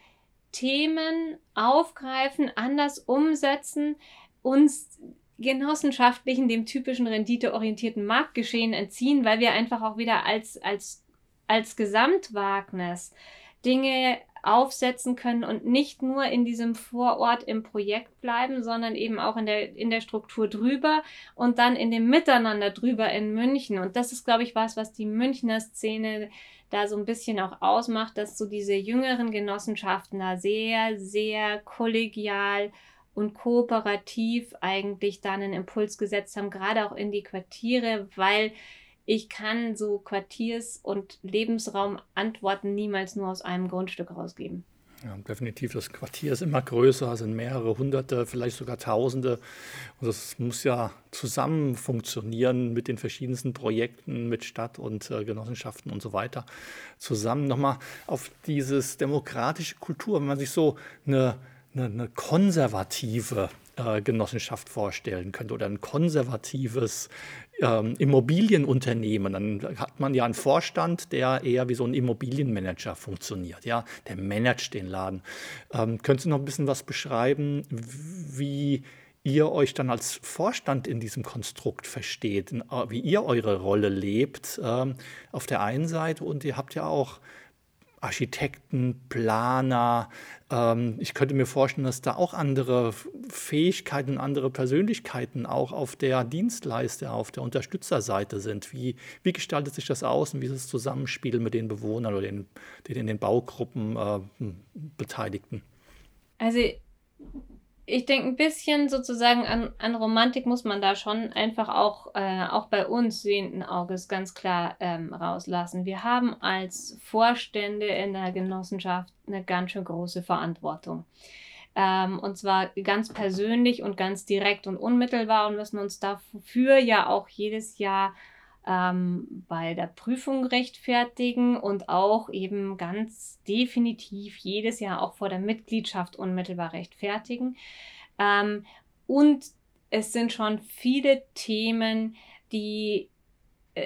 Themen aufgreifen, anders umsetzen, uns genossenschaftlichen, dem typischen renditeorientierten Marktgeschehen entziehen, weil wir einfach auch wieder als, als als Gesamtwagnis Dinge aufsetzen können und nicht nur in diesem Vorort im Projekt bleiben, sondern eben auch in der, in der Struktur drüber und dann in dem Miteinander drüber in München. Und das ist, glaube ich, was, was die Münchner Szene da so ein bisschen auch ausmacht, dass so diese jüngeren Genossenschaften da sehr, sehr kollegial und kooperativ eigentlich dann einen Impuls gesetzt haben, gerade auch in die Quartiere, weil ich kann so Quartiers- und Lebensraumantworten niemals nur aus einem Grundstück rausgeben. Ja, definitiv. Das Quartier ist immer größer, es sind mehrere Hunderte, vielleicht sogar Tausende. Und das muss ja zusammen funktionieren mit den verschiedensten Projekten, mit Stadt und äh, Genossenschaften und so weiter. Zusammen nochmal auf dieses demokratische Kultur, wenn man sich so eine, eine, eine konservative äh, Genossenschaft vorstellen könnte oder ein konservatives Ähm, Immobilienunternehmen, dann hat man ja einen Vorstand, der eher wie so ein Immobilienmanager funktioniert. Ja? Der managt den Laden. Ähm, könntest du noch ein bisschen was beschreiben, wie ihr euch dann als Vorstand in diesem Konstrukt versteht, wie ihr eure Rolle lebt ähm, auf der einen Seite und ihr habt ja auch Architekten, Planer. Ähm, ich könnte mir vorstellen, dass da auch andere Fähigkeiten, andere Persönlichkeiten auch auf der Dienstleister, auf der Unterstützerseite sind. Wie, wie gestaltet sich das aus und wie ist das Zusammenspiel mit den Bewohnern oder den, den in den Baugruppen äh, Beteiligten? Also ich denke, ein bisschen sozusagen an, an Romantik muss man da schon einfach auch, äh, auch bei uns sehenden Auges ganz klar ähm, rauslassen. Wir haben als Vorstände in der Genossenschaft eine ganz schön große Verantwortung. Ähm, und zwar ganz persönlich und ganz direkt und unmittelbar und müssen uns dafür ja auch jedes Jahr ähm, bei der Prüfung rechtfertigen und auch eben ganz definitiv jedes Jahr auch vor der Mitgliedschaft unmittelbar rechtfertigen. Ähm, und es sind schon viele Themen, die äh,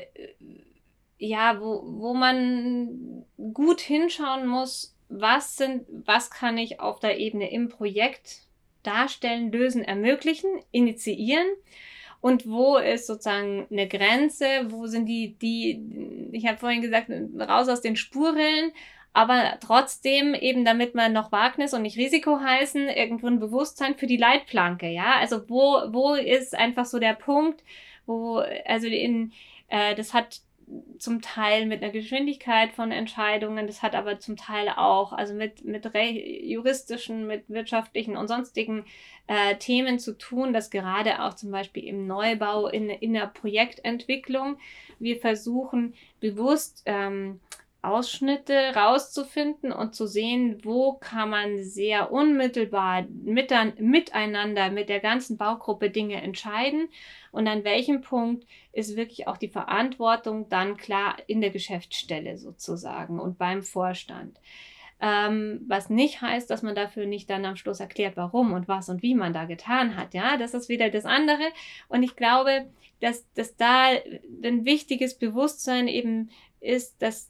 ja, wo, wo man gut hinschauen muss, was sind, was kann ich auf der Ebene im Projekt darstellen, lösen, ermöglichen, initiieren. und wo ist sozusagen eine Grenze, wo sind die, die, ich habe vorhin gesagt, raus aus den Spurrillen, aber trotzdem eben, damit wir noch Wagnis und nicht Risiko heißen, irgendwo ein Bewusstsein für die Leitplanke, ja, also wo, wo ist einfach so der Punkt, wo, also in, äh, das hat zum Teil mit einer Geschwindigkeit von Entscheidungen, das hat aber zum Teil auch, also mit, mit juristischen, mit wirtschaftlichen und sonstigen äh, Themen zu tun, dass gerade auch zum Beispiel im Neubau, in, in der Projektentwicklung, wir versuchen bewusst ähm, Ausschnitte rauszufinden und zu sehen, wo kann man sehr unmittelbar miteinander mit der ganzen Baugruppe Dinge entscheiden und an welchem Punkt ist wirklich auch die Verantwortung dann klar in der Geschäftsstelle sozusagen und beim Vorstand. Ähm, was nicht heißt, dass man dafür nicht dann am Schluss erklärt, warum und was und wie man da getan hat. Ja, das ist wieder das andere. Und ich glaube, dass, dass da ein wichtiges Bewusstsein eben ist, dass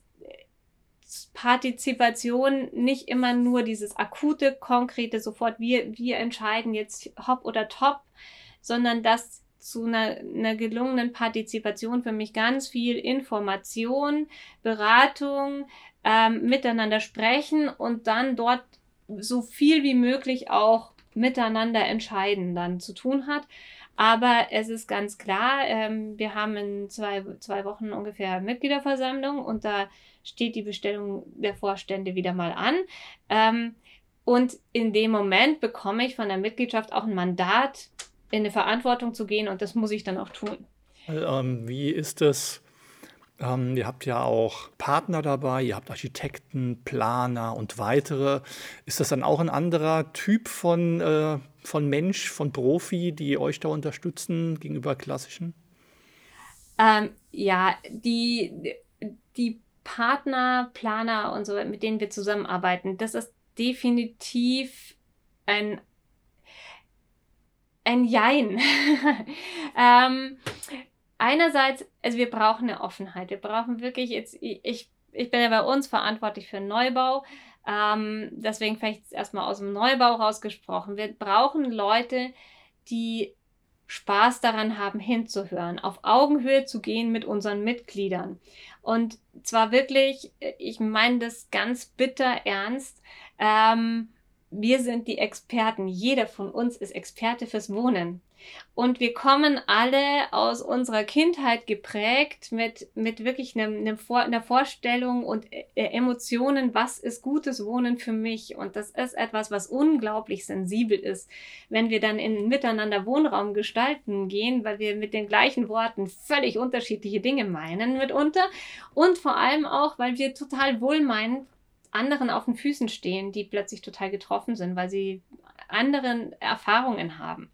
Partizipation nicht immer nur dieses akute, konkrete, sofort wir, wir entscheiden jetzt hopp oder top, sondern dass zu einer, einer gelungenen Partizipation für mich ganz viel Information, Beratung, ähm, miteinander sprechen und dann dort so viel wie möglich auch miteinander entscheiden dann zu tun hat. Aber es ist ganz klar, ähm, wir haben in zwei, zwei Wochen ungefähr Mitgliederversammlung und da steht die Bestellung der Vorstände wieder mal an. Ähm, und in dem Moment bekomme ich von der Mitgliedschaft auch ein Mandat, in eine Verantwortung zu gehen und das muss ich dann auch tun. Ähm, wie ist es? Ähm, ihr habt ja auch Partner dabei, ihr habt Architekten, Planer und weitere. Ist das dann auch ein anderer Typ von, äh, von Mensch, von Profi, die euch da unterstützen gegenüber klassischen? Ähm, ja, die, die Partner, Planer und so, mit denen wir zusammenarbeiten, das ist definitiv ein, ein Jein. ähm, einerseits, also wir brauchen eine Offenheit. Wir brauchen wirklich jetzt, ich, ich bin ja bei uns verantwortlich für Neubau. Ähm, deswegen vielleicht erstmal aus dem Neubau rausgesprochen. Wir brauchen Leute, die Spaß daran haben, hinzuhören, auf Augenhöhe zu gehen mit unseren Mitgliedern. Und zwar wirklich, ich meine das ganz bitter ernst, ähm, wir sind die Experten. Jeder von uns ist Experte fürs Wohnen. Und wir kommen alle aus unserer Kindheit geprägt mit, mit wirklich einem, einem Vor, einer Vorstellung und äh, Emotionen, was ist gutes Wohnen für mich? Und das ist etwas, was unglaublich sensibel ist, wenn wir dann in miteinander Wohnraum gestalten gehen, weil wir mit den gleichen Worten völlig unterschiedliche Dinge meinen mitunter. Und vor allem auch, weil wir total wohlmeinend anderen auf den Füßen stehen, die plötzlich total getroffen sind, weil sie andere Erfahrungen haben.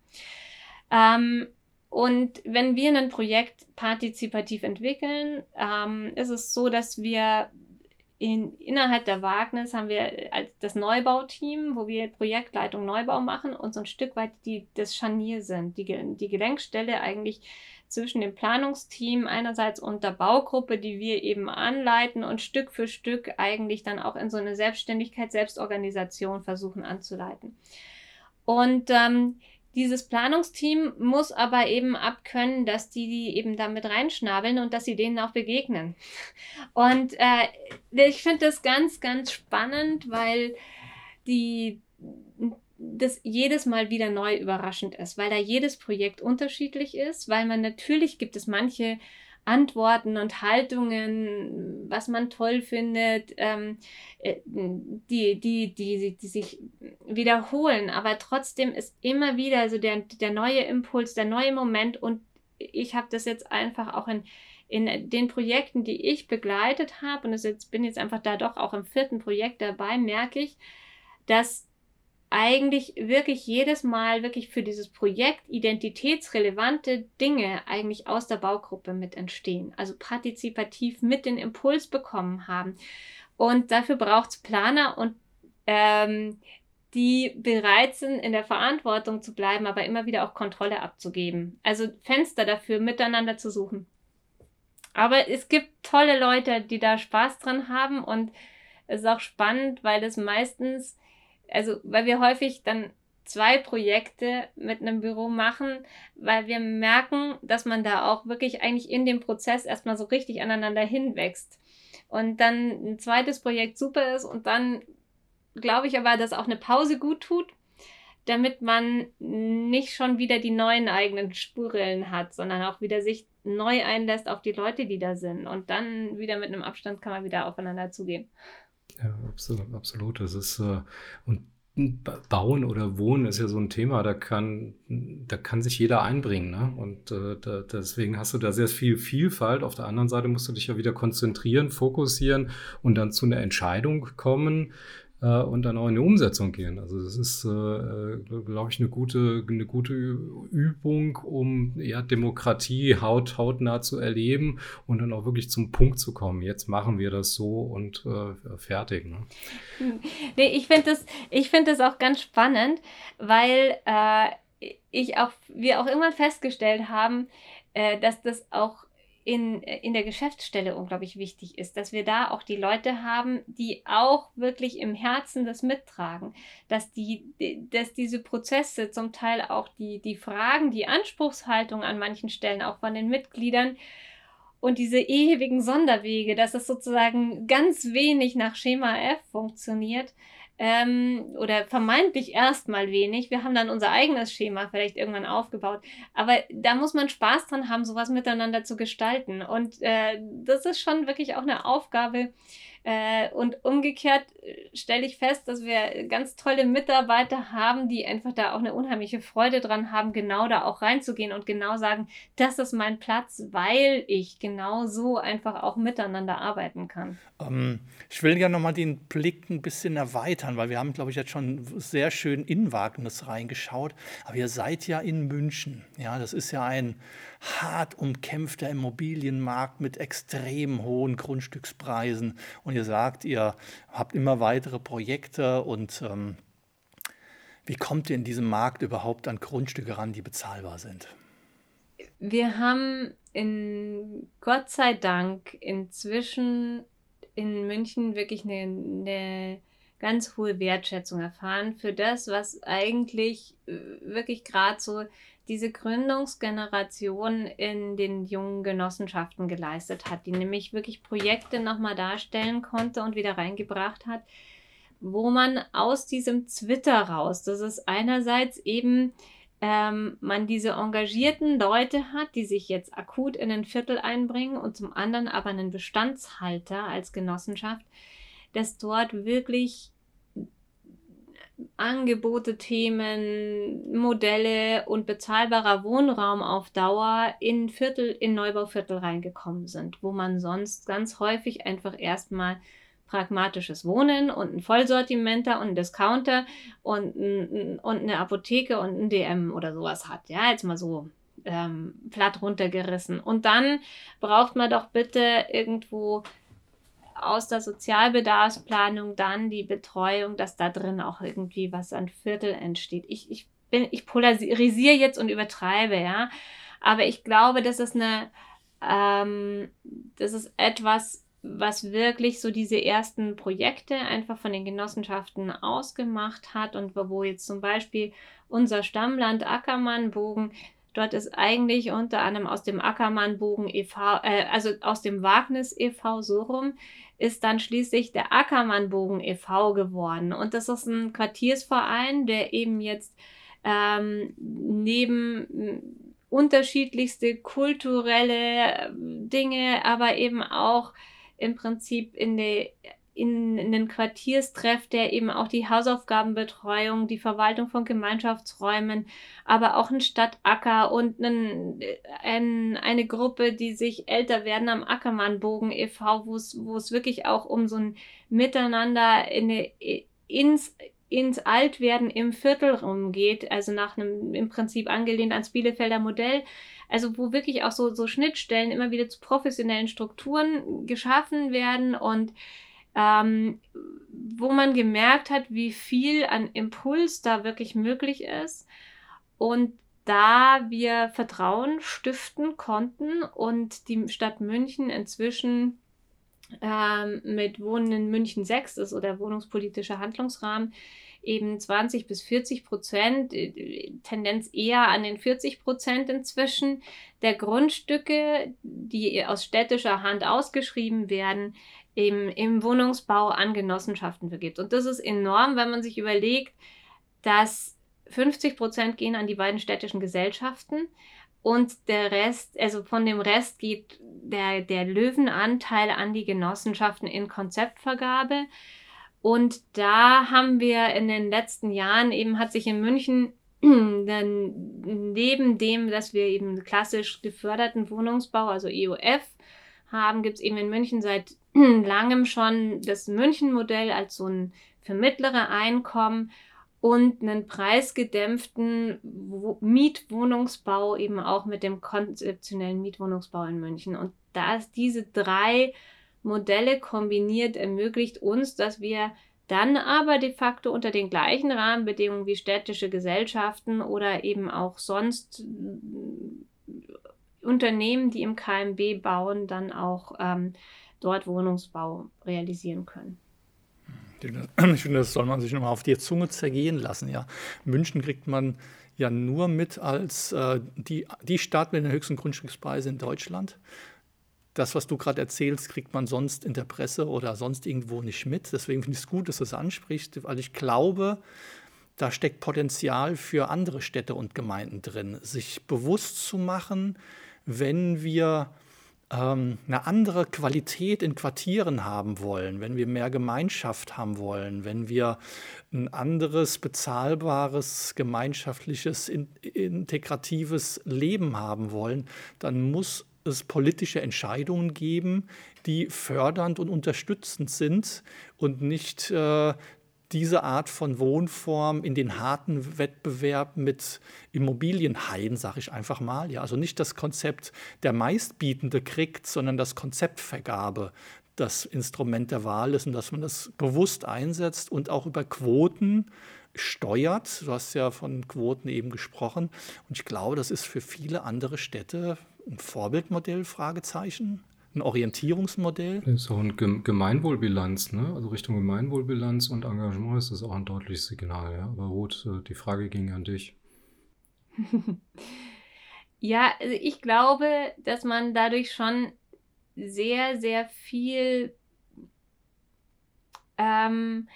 Ähm, und wenn wir ein Projekt partizipativ entwickeln, ähm, ist es so, dass wir in, innerhalb der Wagnis haben wir als das Neubauteam, wo wir Projektleitung Neubau machen und so ein Stück weit die, das Scharnier sind, die, die Gelenkstelle eigentlich zwischen dem Planungsteam einerseits und der Baugruppe, die wir eben anleiten und Stück für Stück eigentlich dann auch in so eine Selbstständigkeit, Selbstorganisation versuchen anzuleiten. Und ähm, dieses Planungsteam muss aber eben abkönnen, dass die, die eben damit reinschnabeln und dass sie denen auch begegnen. Und äh, ich finde das ganz, ganz spannend, weil die, das jedes Mal wieder neu überraschend ist, weil da jedes Projekt unterschiedlich ist, weil man natürlich gibt es manche Antworten und Haltungen, was man toll findet, ähm, die, die, die, die sich wiederholen, aber trotzdem ist immer wieder so der, der neue Impuls, der neue Moment und ich habe das jetzt einfach auch in, in den Projekten, die ich begleitet habe und das jetzt, bin jetzt einfach da doch auch im vierten Projekt dabei, merke ich, dass eigentlich wirklich jedes Mal wirklich für dieses Projekt identitätsrelevante Dinge eigentlich aus der Baugruppe mit entstehen, also partizipativ mit den Impuls bekommen haben. Und dafür braucht es Planer und ähm, die bereit sind, in der Verantwortung zu bleiben, aber immer wieder auch Kontrolle abzugeben. Also Fenster dafür miteinander zu suchen. Aber es gibt tolle Leute, die da Spaß dran haben und es ist auch spannend, weil es meistens, also weil wir häufig dann zwei Projekte mit einem Büro machen, weil wir merken, dass man da auch wirklich eigentlich in dem Prozess erstmal so richtig aneinander hinwächst. Und dann ein zweites Projekt super ist und dann glaube ich aber, dass auch eine Pause gut tut, damit man nicht schon wieder die neuen eigenen Spurrillen hat, sondern auch wieder sich neu einlässt auf die Leute, die da sind. Und dann wieder mit einem Abstand kann man wieder aufeinander zugehen. Ja, absolut. absolut. Das ist, äh, und Bauen oder Wohnen ist ja so ein Thema, da kann, da kann sich jeder einbringen, ne? Und äh, da, deswegen hast du da sehr viel Vielfalt. Auf der anderen Seite musst du dich ja wieder konzentrieren, fokussieren und dann zu einer Entscheidung kommen äh, und dann auch in die Umsetzung gehen. Also das ist, äh, glaube ich, eine gute, eine gute Übung, um ja, Demokratie haut, hautnah zu erleben und dann auch wirklich zum Punkt zu kommen. Jetzt machen wir das so und äh, fertig, ne? Nee, ich finde das, ich find das auch ganz spannend, weil äh, ich auch, wir auch irgendwann festgestellt haben, äh, dass das auch in, in der Geschäftsstelle unglaublich wichtig ist, dass wir da auch die Leute haben, die auch wirklich im Herzen das mittragen, dass, die, dass diese Prozesse zum Teil auch die, die Fragen, die Anspruchshaltung an manchen Stellen auch von den Mitgliedern und diese ewigen Sonderwege, dass es sozusagen ganz wenig nach Schema F funktioniert, ähm, oder vermeintlich erstmal wenig. Wir haben dann unser eigenes Schema vielleicht irgendwann aufgebaut. Aber da muss man Spaß dran haben, sowas miteinander zu gestalten. Und äh, das ist schon wirklich auch eine Aufgabe. Äh, und umgekehrt stelle ich fest, dass wir ganz tolle Mitarbeiter haben, die einfach da auch eine unheimliche Freude dran haben, genau da auch reinzugehen und genau sagen, das ist mein Platz, weil ich genau so einfach auch miteinander arbeiten kann. Ähm, ich will ja nochmal den Blick ein bisschen erweitern, weil wir haben, glaube ich, jetzt schon sehr schön in Wagnis reingeschaut. Aber ihr seid ja in München. Ja, das ist ja ein hart umkämpfter Immobilienmarkt mit extrem hohen Grundstückspreisen. Und ihr sagt, ihr habt immer weitere Projekte. Und ähm, wie kommt ihr in diesem Markt überhaupt an Grundstücke ran, die bezahlbar sind? Wir haben in Gott sei Dank inzwischen in München wirklich eine, eine ganz hohe Wertschätzung erfahren für das, was eigentlich wirklich gerade so diese Gründungsgeneration in den jungen Genossenschaften geleistet hat, die nämlich wirklich Projekte nochmal darstellen konnte und wieder reingebracht hat, wo man aus diesem Zwitter raus, das ist einerseits eben ähm, man diese engagierten Leute hat, die sich jetzt akut in ein Viertel einbringen und zum anderen aber einen Bestandshalter als Genossenschaft, dass dort wirklich Angebote, Themen, Modelle und bezahlbarer Wohnraum auf Dauer in Viertel, in Neubauviertel reingekommen sind, wo man sonst ganz häufig einfach erstmal pragmatisches Wohnen und ein Vollsortimenter und ein Discounter und, ein, und eine Apotheke und ein D M oder sowas hat. Ja, jetzt mal so ähm, platt runtergerissen. Und dann braucht man doch bitte irgendwo aus der Sozialbedarfsplanung dann die Betreuung, dass da drin auch irgendwie was an Viertel entsteht. Ich, ich, bin, ich polarisiere jetzt und übertreibe, ja, aber ich glaube, das ist eine, ähm, das ist etwas, was wirklich so diese ersten Projekte einfach von den Genossenschaften ausgemacht hat und wo jetzt zum Beispiel unser Stammland Ackermannbogen, dort ist eigentlich unter anderem aus dem Ackermannbogen e V, äh, also aus dem Wagnis e V so rum, ist dann schließlich der Ackermannbogen e V geworden. Und das ist ein Quartiersverein, der eben jetzt ähm, neben unterschiedlichste kulturelle Dinge, aber eben auch im Prinzip in, die, in, in den Quartierstreff, der eben auch die Hausaufgabenbetreuung, die Verwaltung von Gemeinschaftsräumen, aber auch ein Stadtacker und einen, ein, eine Gruppe, die sich älter werden am Ackermannbogen e V, wo es, wo es wirklich auch um so ein Miteinander in eine, ins ins Altwerden im Viertel rumgeht, also nach einem im Prinzip angelehnt ans Bielefelder Modell, also wo wirklich auch so, so Schnittstellen immer wieder zu professionellen Strukturen geschaffen werden und ähm, wo man gemerkt hat, wie viel an Impuls da wirklich möglich ist und da wir Vertrauen stiften konnten und die Stadt München inzwischen ähm, mit Wohnen in München sechs ist oder wohnungspolitischer Handlungsrahmen eben zwanzig bis vierzig Prozent, Tendenz eher an den vierzig Prozent inzwischen, der Grundstücke, die aus städtischer Hand ausgeschrieben werden, eben im Wohnungsbau an Genossenschaften vergibt. Und das ist enorm, wenn man sich überlegt, dass fünfzig Prozent gehen an die beiden städtischen Gesellschaften und der Rest, also von dem Rest geht der, der Löwenanteil an die Genossenschaften in Konzeptvergabe. Und da haben wir in den letzten Jahren eben, hat sich in München dann neben dem, dass wir eben klassisch geförderten Wohnungsbau, also E O F, haben, gibt es eben in München seit langem schon das München-Modell als so ein für mittlere Einkommen und einen preisgedämpften Mietwohnungsbau eben auch mit dem konzeptionellen Mietwohnungsbau in München. Und da es diese drei Modelle kombiniert, ermöglicht uns, dass wir dann aber de facto unter den gleichen Rahmenbedingungen wie städtische Gesellschaften oder eben auch sonst Unternehmen, die im K M B bauen, dann auch ähm, dort Wohnungsbau realisieren können. Ich finde, das soll man sich nochmal auf die Zunge zergehen lassen. Ja. München kriegt man ja nur mit als äh, die, die Stadt mit den höchsten Grundstückspreisen in Deutschland. Das, was du gerade erzählst, kriegt man sonst in der Presse oder sonst irgendwo nicht mit. Deswegen finde ich es gut, dass du es ansprichst, weil ich glaube, da steckt Potenzial für andere Städte und Gemeinden drin, sich bewusst zu machen, wenn wir ähm, eine andere Qualität in Quartieren haben wollen, wenn wir mehr Gemeinschaft haben wollen, wenn wir ein anderes, bezahlbares, gemeinschaftliches, in, integratives Leben haben wollen, dann muss es politische Entscheidungen geben, die fördernd und unterstützend sind und nicht äh, diese Art von Wohnform in den harten Wettbewerb mit Immobilienhaien, sage ich einfach mal. Ja, also nicht das Konzept der Meistbietende kriegt, sondern das Konzeptvergabe das Instrument der Wahl ist und dass man das bewusst einsetzt und auch über Quoten steuert. Du hast ja von Quoten eben gesprochen. Und ich glaube, das ist für viele andere Städte ein Vorbildmodell, Fragezeichen. Ein Orientierungsmodell? Das ist auch eine Gemeinwohlbilanz, ne? Also Richtung Gemeinwohlbilanz und Engagement ist das auch ein deutliches Signal. Ja? Aber Ruth, die Frage ging an dich. Ja, also ich glaube, dass man dadurch schon sehr, sehr viel, ähm,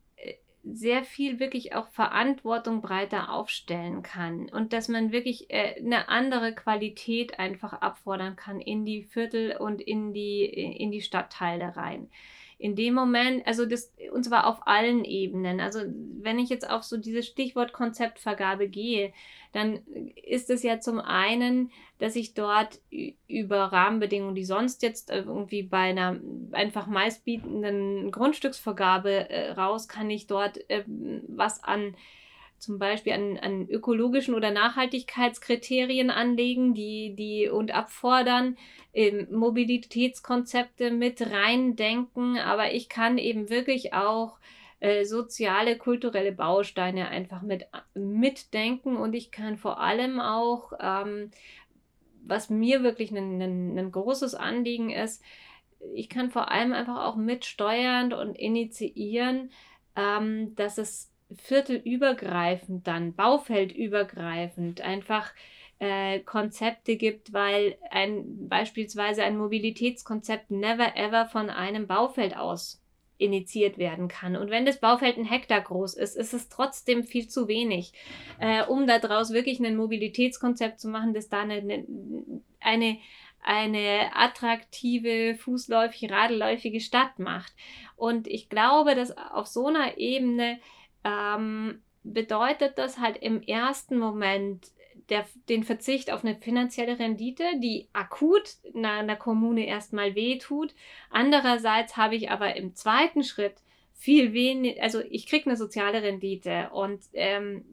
sehr viel wirklich auch Verantwortung breiter aufstellen kann und dass man wirklich äh, eine andere Qualität einfach abfordern kann in die Viertel und in die, in die Stadtteile rein. In dem Moment, also das, und zwar auf allen Ebenen, also wenn ich jetzt auf so dieses Stichwort Konzeptvergabe gehe, dann ist es ja zum einen, dass ich dort über Rahmenbedingungen, die sonst jetzt irgendwie bei einer einfach meistbietenden Grundstücksvergabe äh, raus, kann ich dort äh, was an zum Beispiel an, an ökologischen oder Nachhaltigkeitskriterien anlegen, die, die und abfordern, ähm, Mobilitätskonzepte mit reindenken, aber ich kann eben wirklich auch äh, soziale, kulturelle Bausteine einfach mit mitdenken und ich kann vor allem auch, ähm, was mir wirklich ein, ein, ein großes Anliegen ist, ich kann vor allem einfach auch mitsteuern und initiieren, ähm, dass es viertelübergreifend dann, baufeldübergreifend einfach äh, Konzepte gibt, weil ein, beispielsweise ein Mobilitätskonzept never ever von einem Baufeld aus initiiert werden kann. Und wenn das Baufeld ein Hektar groß ist, ist es trotzdem viel zu wenig, äh, um daraus wirklich ein Mobilitätskonzept zu machen, das da eine, eine, eine attraktive, fußläufig, radläufige Stadt macht. Und ich glaube, dass auf so einer Ebene ähm, bedeutet das halt im ersten Moment der, den Verzicht auf eine finanzielle Rendite, die akut einer Kommune erstmal wehtut. Andererseits habe ich aber im zweiten Schritt viel weniger, also ich kriege eine soziale Rendite und ähm,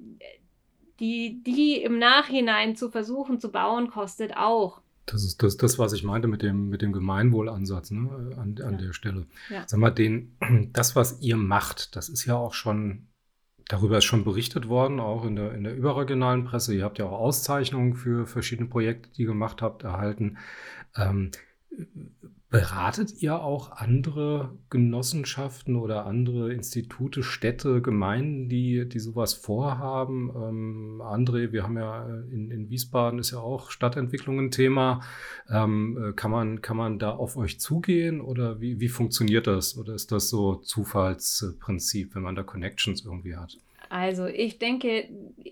die, die im Nachhinein zu versuchen zu bauen, kostet auch. Das ist das, das, was ich meinte mit dem, mit dem Gemeinwohlansatz, ne, an, an ja. der Stelle. Ja. Sag mal, den, das, was ihr macht, das ist ja auch schon, darüber ist schon berichtet worden, auch in der, in der überregionalen Presse. Ihr habt ja auch Auszeichnungen für verschiedene Projekte, die ihr gemacht habt, erhalten. Ähm, Beratet ihr auch andere Genossenschaften oder andere Institute, Städte, Gemeinden, die, die sowas vorhaben? Ähm, André, wir haben ja in, in Wiesbaden ist ja auch Stadtentwicklung ein Thema. Ähm, kann man, kann man da auf euch zugehen oder wie, wie funktioniert das? Oder ist das so Zufallsprinzip, wenn man da Connections irgendwie hat? Also ich denke,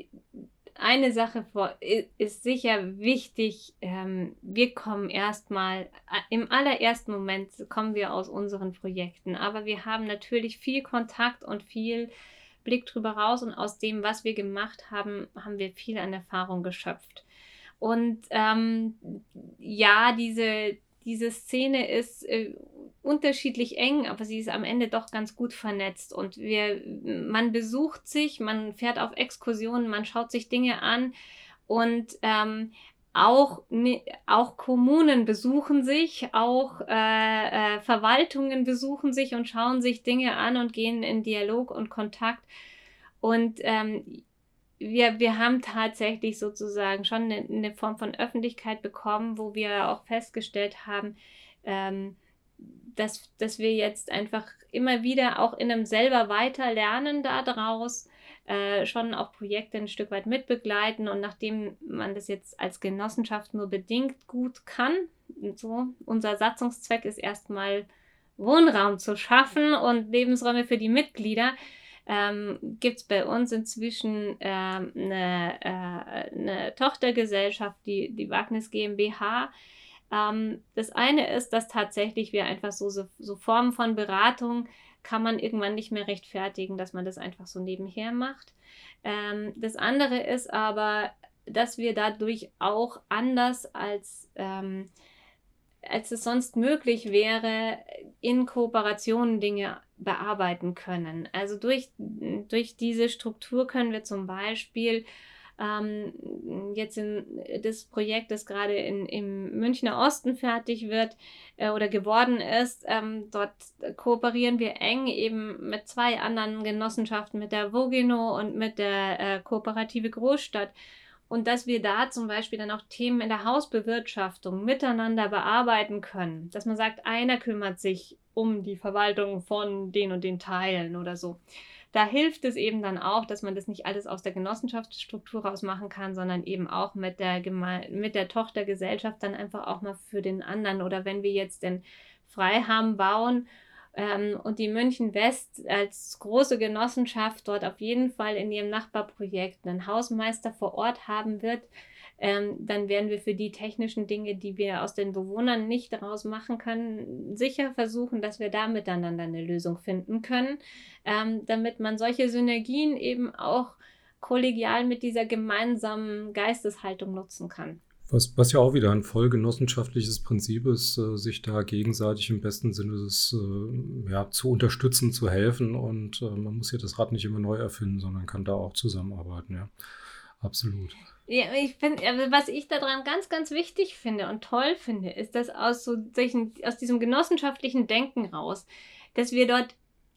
eine Sache vor, ist sicher wichtig. Ähm, wir kommen erstmal, im allerersten Moment kommen wir aus unseren Projekten, aber wir haben natürlich viel Kontakt und viel Blick drüber raus und aus dem, was wir gemacht haben, haben wir viel an Erfahrung geschöpft. Und ähm, ja, diese, diese Szene ist äh, unterschiedlich eng, aber sie ist am Ende doch ganz gut vernetzt und wir, man besucht sich, man fährt auf Exkursionen, man schaut sich Dinge an und ähm, auch, ne, auch Kommunen besuchen sich, auch äh, äh, Verwaltungen besuchen sich und schauen sich Dinge an und gehen in Dialog und Kontakt und ähm, wir, wir haben tatsächlich sozusagen schon eine, eine Form von Öffentlichkeit bekommen, wo wir auch festgestellt haben, ähm, Dass, dass wir jetzt einfach immer wieder auch in einem selber weiter lernen daraus, äh, schon auch Projekte ein Stück weit mitbegleiten und nachdem man das jetzt als Genossenschaft nur bedingt gut kann, so, unser Satzungszweck ist erstmal Wohnraum zu schaffen und Lebensräume für die Mitglieder, ähm, gibt es bei uns inzwischen ähm, eine, äh, eine Tochtergesellschaft, die, die Wagnis GmbH. Ähm, das eine ist, dass tatsächlich wir einfach so, so, so Formen von Beratung kann man irgendwann nicht mehr rechtfertigen, dass man das einfach so nebenher macht. Ähm, das andere ist aber, dass wir dadurch auch anders als, ähm, als es sonst möglich wäre, in Kooperationen Dinge bearbeiten können. Also durch, durch diese Struktur können wir zum Beispiel Ähm, jetzt in das Projekt, das gerade in, im Münchner Osten fertig wird äh, oder geworden ist, ähm, dort kooperieren wir eng eben mit zwei anderen Genossenschaften, mit der Vogino und mit der äh, Kooperative Großstadt. Und dass wir da zum Beispiel dann auch Themen in der Hausbewirtschaftung miteinander bearbeiten können. Dass man sagt, einer kümmert sich um die Verwaltung von den und den Teilen oder so. Da hilft es eben dann auch, dass man das nicht alles aus der Genossenschaftsstruktur raus machen kann, sondern eben auch mit der, Geme- mit der Tochtergesellschaft dann einfach auch mal für den anderen. Oder wenn wir jetzt den Freiham bauen ähm, und die München West als große Genossenschaft dort auf jeden Fall in ihrem Nachbarprojekt einen Hausmeister vor Ort haben wird, Ähm, dann werden wir für die technischen Dinge, die wir aus den Bewohnern nicht daraus machen können, sicher versuchen, dass wir da miteinander eine Lösung finden können, ähm, damit man solche Synergien eben auch kollegial mit dieser gemeinsamen Geisteshaltung nutzen kann. Was, was ja auch wieder ein voll genossenschaftliches Prinzip ist, äh, sich da gegenseitig im besten Sinne des, äh, ja, zu unterstützen, zu helfen und äh, man muss hier das Rad nicht immer neu erfinden, sondern kann da auch zusammenarbeiten, ja. Absolut. Ja, ich finde, also was ich daran ganz, ganz wichtig finde und toll finde, ist, dass aus so solchen, aus diesem genossenschaftlichen Denken raus, dass wir dort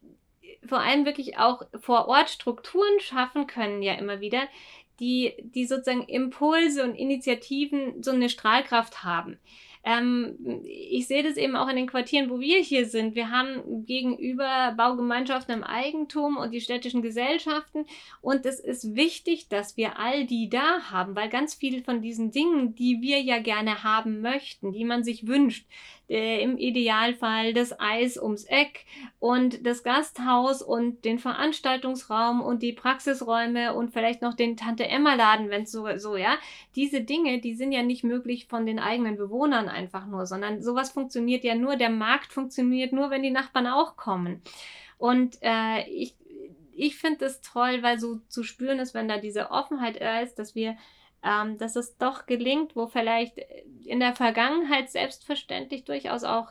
vor allem wirklich auch vor Ort Strukturen schaffen können, ja immer wieder, die, die sozusagen Impulse und Initiativen so eine Strahlkraft haben. Ähm, ich sehe das eben auch in den Quartieren, wo wir hier sind. Wir haben gegenüber Baugemeinschaften im Eigentum und die städtischen Gesellschaften und es ist wichtig, dass wir all die da haben, weil ganz viele von diesen Dingen, die wir ja gerne haben möchten, die man sich wünscht, äh, im Idealfall das Eis ums Eck und das Gasthaus und den Veranstaltungsraum und die Praxisräume und vielleicht noch den Tante-Emma-Laden, wenn es so, so, ja, diese Dinge, die sind ja nicht möglich von den eigenen Bewohnern einfach nur, sondern sowas funktioniert ja nur, der Markt funktioniert nur, wenn die Nachbarn auch kommen. Und äh, ich, ich finde das toll, weil so zu spüren ist, wenn da diese Offenheit ist, dass wir, ähm, dass es doch gelingt, wo vielleicht in der Vergangenheit selbstverständlich durchaus auch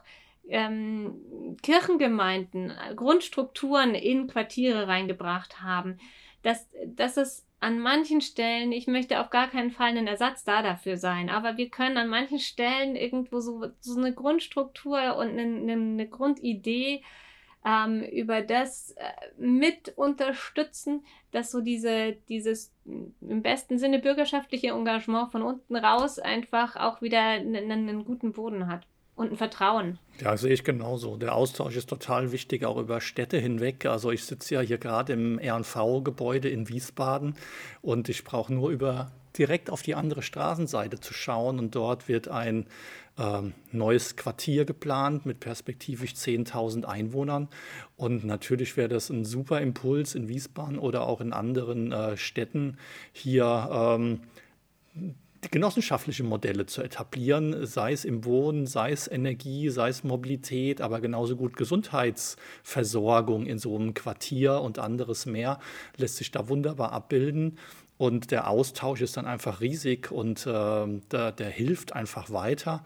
ähm, Kirchengemeinden Grundstrukturen in Quartiere reingebracht haben, dass, dass es an manchen Stellen, ich möchte auf gar keinen Fall ein Ersatz da dafür sein, aber wir können an manchen Stellen irgendwo so, so eine Grundstruktur und eine, eine, eine Grundidee ähm, über das äh, mit unterstützen, dass so diese, dieses im besten Sinne bürgerschaftliche Engagement von unten raus einfach auch wieder einen, einen guten Boden hat. und ein Vertrauen. Ja, sehe ich genauso. Der Austausch ist total wichtig, auch über Städte hinweg. Also ich sitze ja hier gerade im R und V-Gebäude in Wiesbaden und ich brauche nur über direkt auf die andere Straßenseite zu schauen und dort wird ein ähm, neues Quartier geplant mit perspektivisch zehntausend Einwohnern und natürlich wäre das ein super Impuls in Wiesbaden oder auch in anderen äh, Städten hier ähm, die genossenschaftlichen Modelle zu etablieren, sei es im Wohnen, sei es Energie, sei es Mobilität, aber genauso gut Gesundheitsversorgung in so einem Quartier und anderes mehr, lässt sich da wunderbar abbilden. Und der Austausch ist dann einfach riesig und äh, der, der hilft einfach weiter.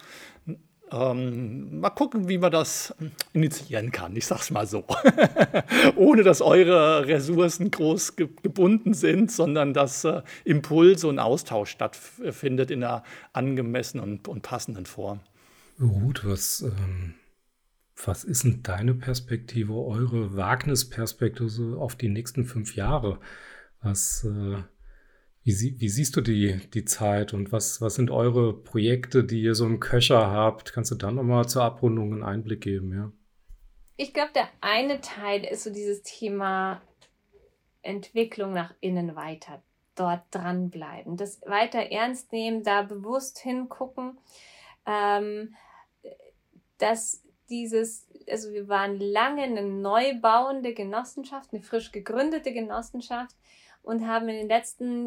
Ähm, mal gucken, wie man das initiieren kann, ich sag's mal so. Ohne dass eure Ressourcen groß ge- gebunden sind, sondern dass äh, Impulse und Austausch stattfindet in einer angemessenen und, und passenden Form. Ruth, was, ähm, was ist denn deine Perspektive, eure Wagnisperspektive so auf die nächsten fünf Jahre? Was, äh, wie, sie- wie siehst du die, die Zeit und was, was sind eure Projekte, die ihr so im Köcher habt? Kannst du da nochmal zur Abrundung einen Einblick geben, ja? Ich glaube, der eine Teil ist so dieses Thema Entwicklung nach innen weiter, dort dranbleiben, das weiter ernst nehmen, da bewusst hingucken, ähm, dass dieses, also wir waren lange eine neu bauende Genossenschaft, eine frisch gegründete Genossenschaft und haben in den letzten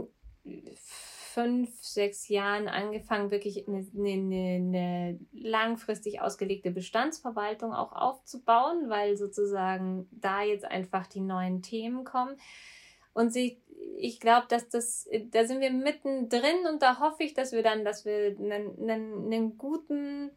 fünf, sechs Jahren angefangen, wirklich eine, eine, eine langfristig ausgelegte Bestandsverwaltung auch aufzubauen, weil sozusagen da jetzt einfach die neuen Themen kommen. Und sie, ich glaube, dass das, da sind wir mittendrin und da hoffe ich, dass wir dann, dass wir einen, einen, einen guten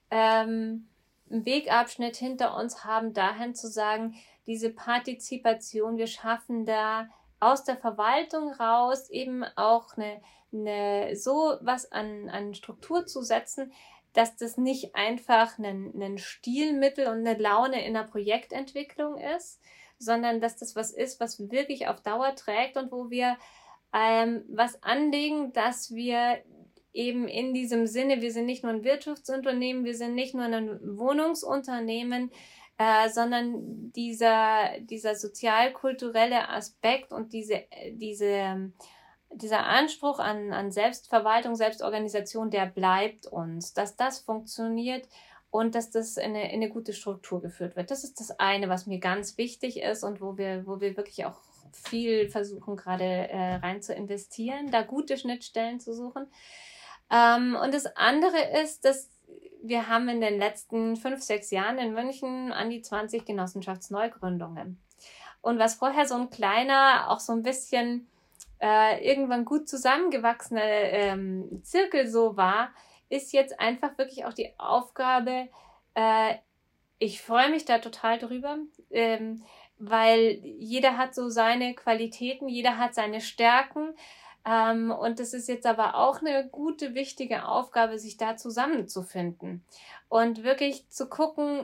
ähm, Wegabschnitt hinter uns haben, dahin zu sagen, diese Partizipation, wir schaffen da aus der Verwaltung raus eben auch eine, eine so was an, an Struktur zu setzen, dass das nicht einfach ein, ein Stilmittel und eine Laune in der Projektentwicklung ist, sondern dass das was ist, was wirklich auf Dauer trägt und wo wir ähm, was anlegen, dass wir eben in diesem Sinne, wir sind nicht nur ein Wirtschaftsunternehmen, wir sind nicht nur ein Wohnungsunternehmen, Äh, sondern dieser, dieser sozial-kulturelle Aspekt und diese, diese, dieser Anspruch an, an Selbstverwaltung, Selbstorganisation, der bleibt uns, dass das funktioniert und dass das in eine, in eine gute Struktur geführt wird. Das ist das eine, was mir ganz wichtig ist und wo wir, wo wir wirklich auch viel versuchen, gerade äh, rein zu investieren, da gute Schnittstellen zu suchen. Ähm, und das andere ist, dass wir haben in den letzten fünf, sechs Jahren in München an die zwanzig Genossenschaftsneugründungen. Und was vorher so ein kleiner, auch so ein bisschen äh, irgendwann gut zusammengewachsener ähm, Zirkel so war, ist jetzt einfach wirklich auch die Aufgabe, äh, ich freue mich da total drüber, ähm, weil jeder hat so seine Qualitäten, jeder hat seine Stärken. Ähm, und das ist jetzt aber auch eine gute, wichtige Aufgabe, sich da zusammenzufinden und wirklich zu gucken,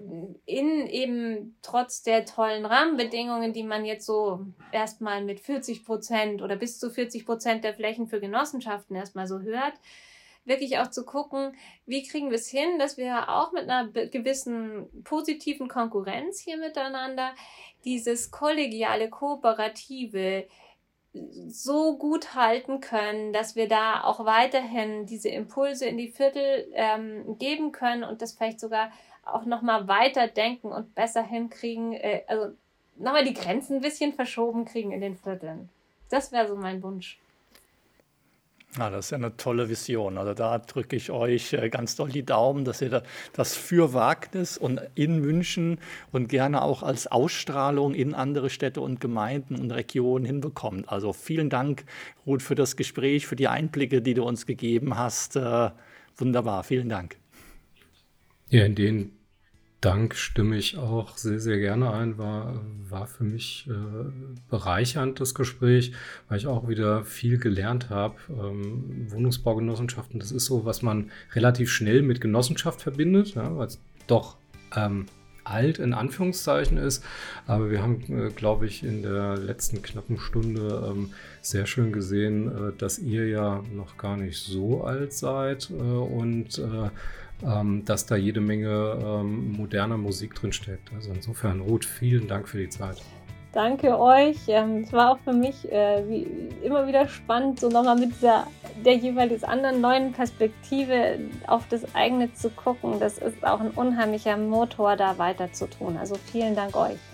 in eben trotz der tollen Rahmenbedingungen, die man jetzt so erstmal mit vierzig Prozent oder bis zu vierzig Prozent der Flächen für Genossenschaften erstmal so hört, wirklich auch zu gucken, wie kriegen wir es hin, dass wir auch mit einer gewissen positiven Konkurrenz hier miteinander dieses kollegiale, kooperative so gut halten können, dass wir da auch weiterhin diese Impulse in die Viertel ähm, geben können und das vielleicht sogar auch nochmal weiter denken und besser hinkriegen, äh, also nochmal die Grenzen ein bisschen verschoben kriegen in den Vierteln. Das wäre so mein Wunsch. Ja, das ist ja eine tolle Vision. Also da drücke ich euch äh, ganz doll die Daumen, dass ihr da, das für Wagnis und in München und gerne auch als Ausstrahlung in andere Städte und Gemeinden und Regionen hinbekommt. Also vielen Dank, Ruth, für das Gespräch, für die Einblicke, die du uns gegeben hast. Äh, wunderbar, vielen Dank. Ja, in den Dank stimme ich auch sehr, sehr gerne ein. War, war für mich äh, bereichernd, das Gespräch, weil ich auch wieder viel gelernt habe. Ähm, Wohnungsbaugenossenschaften, das ist so, was man relativ schnell mit Genossenschaft verbindet, ja, weil es doch ähm, alt in Anführungszeichen ist. Aber wir haben, äh, glaube ich, in der letzten knappen Stunde ähm, sehr schön gesehen, äh, dass ihr ja noch gar nicht so alt seid äh, und äh, ähm, dass da jede Menge ähm, moderner Musik drin steckt. Also insofern, Ruth, vielen Dank für die Zeit. Danke euch. Ähm, es war auch für mich äh, wie, immer wieder spannend, so nochmal mit dieser, der jeweils anderen neuen Perspektive auf das eigene zu gucken. Das ist auch ein unheimlicher Motor, da weiter zu tun. Also vielen Dank euch.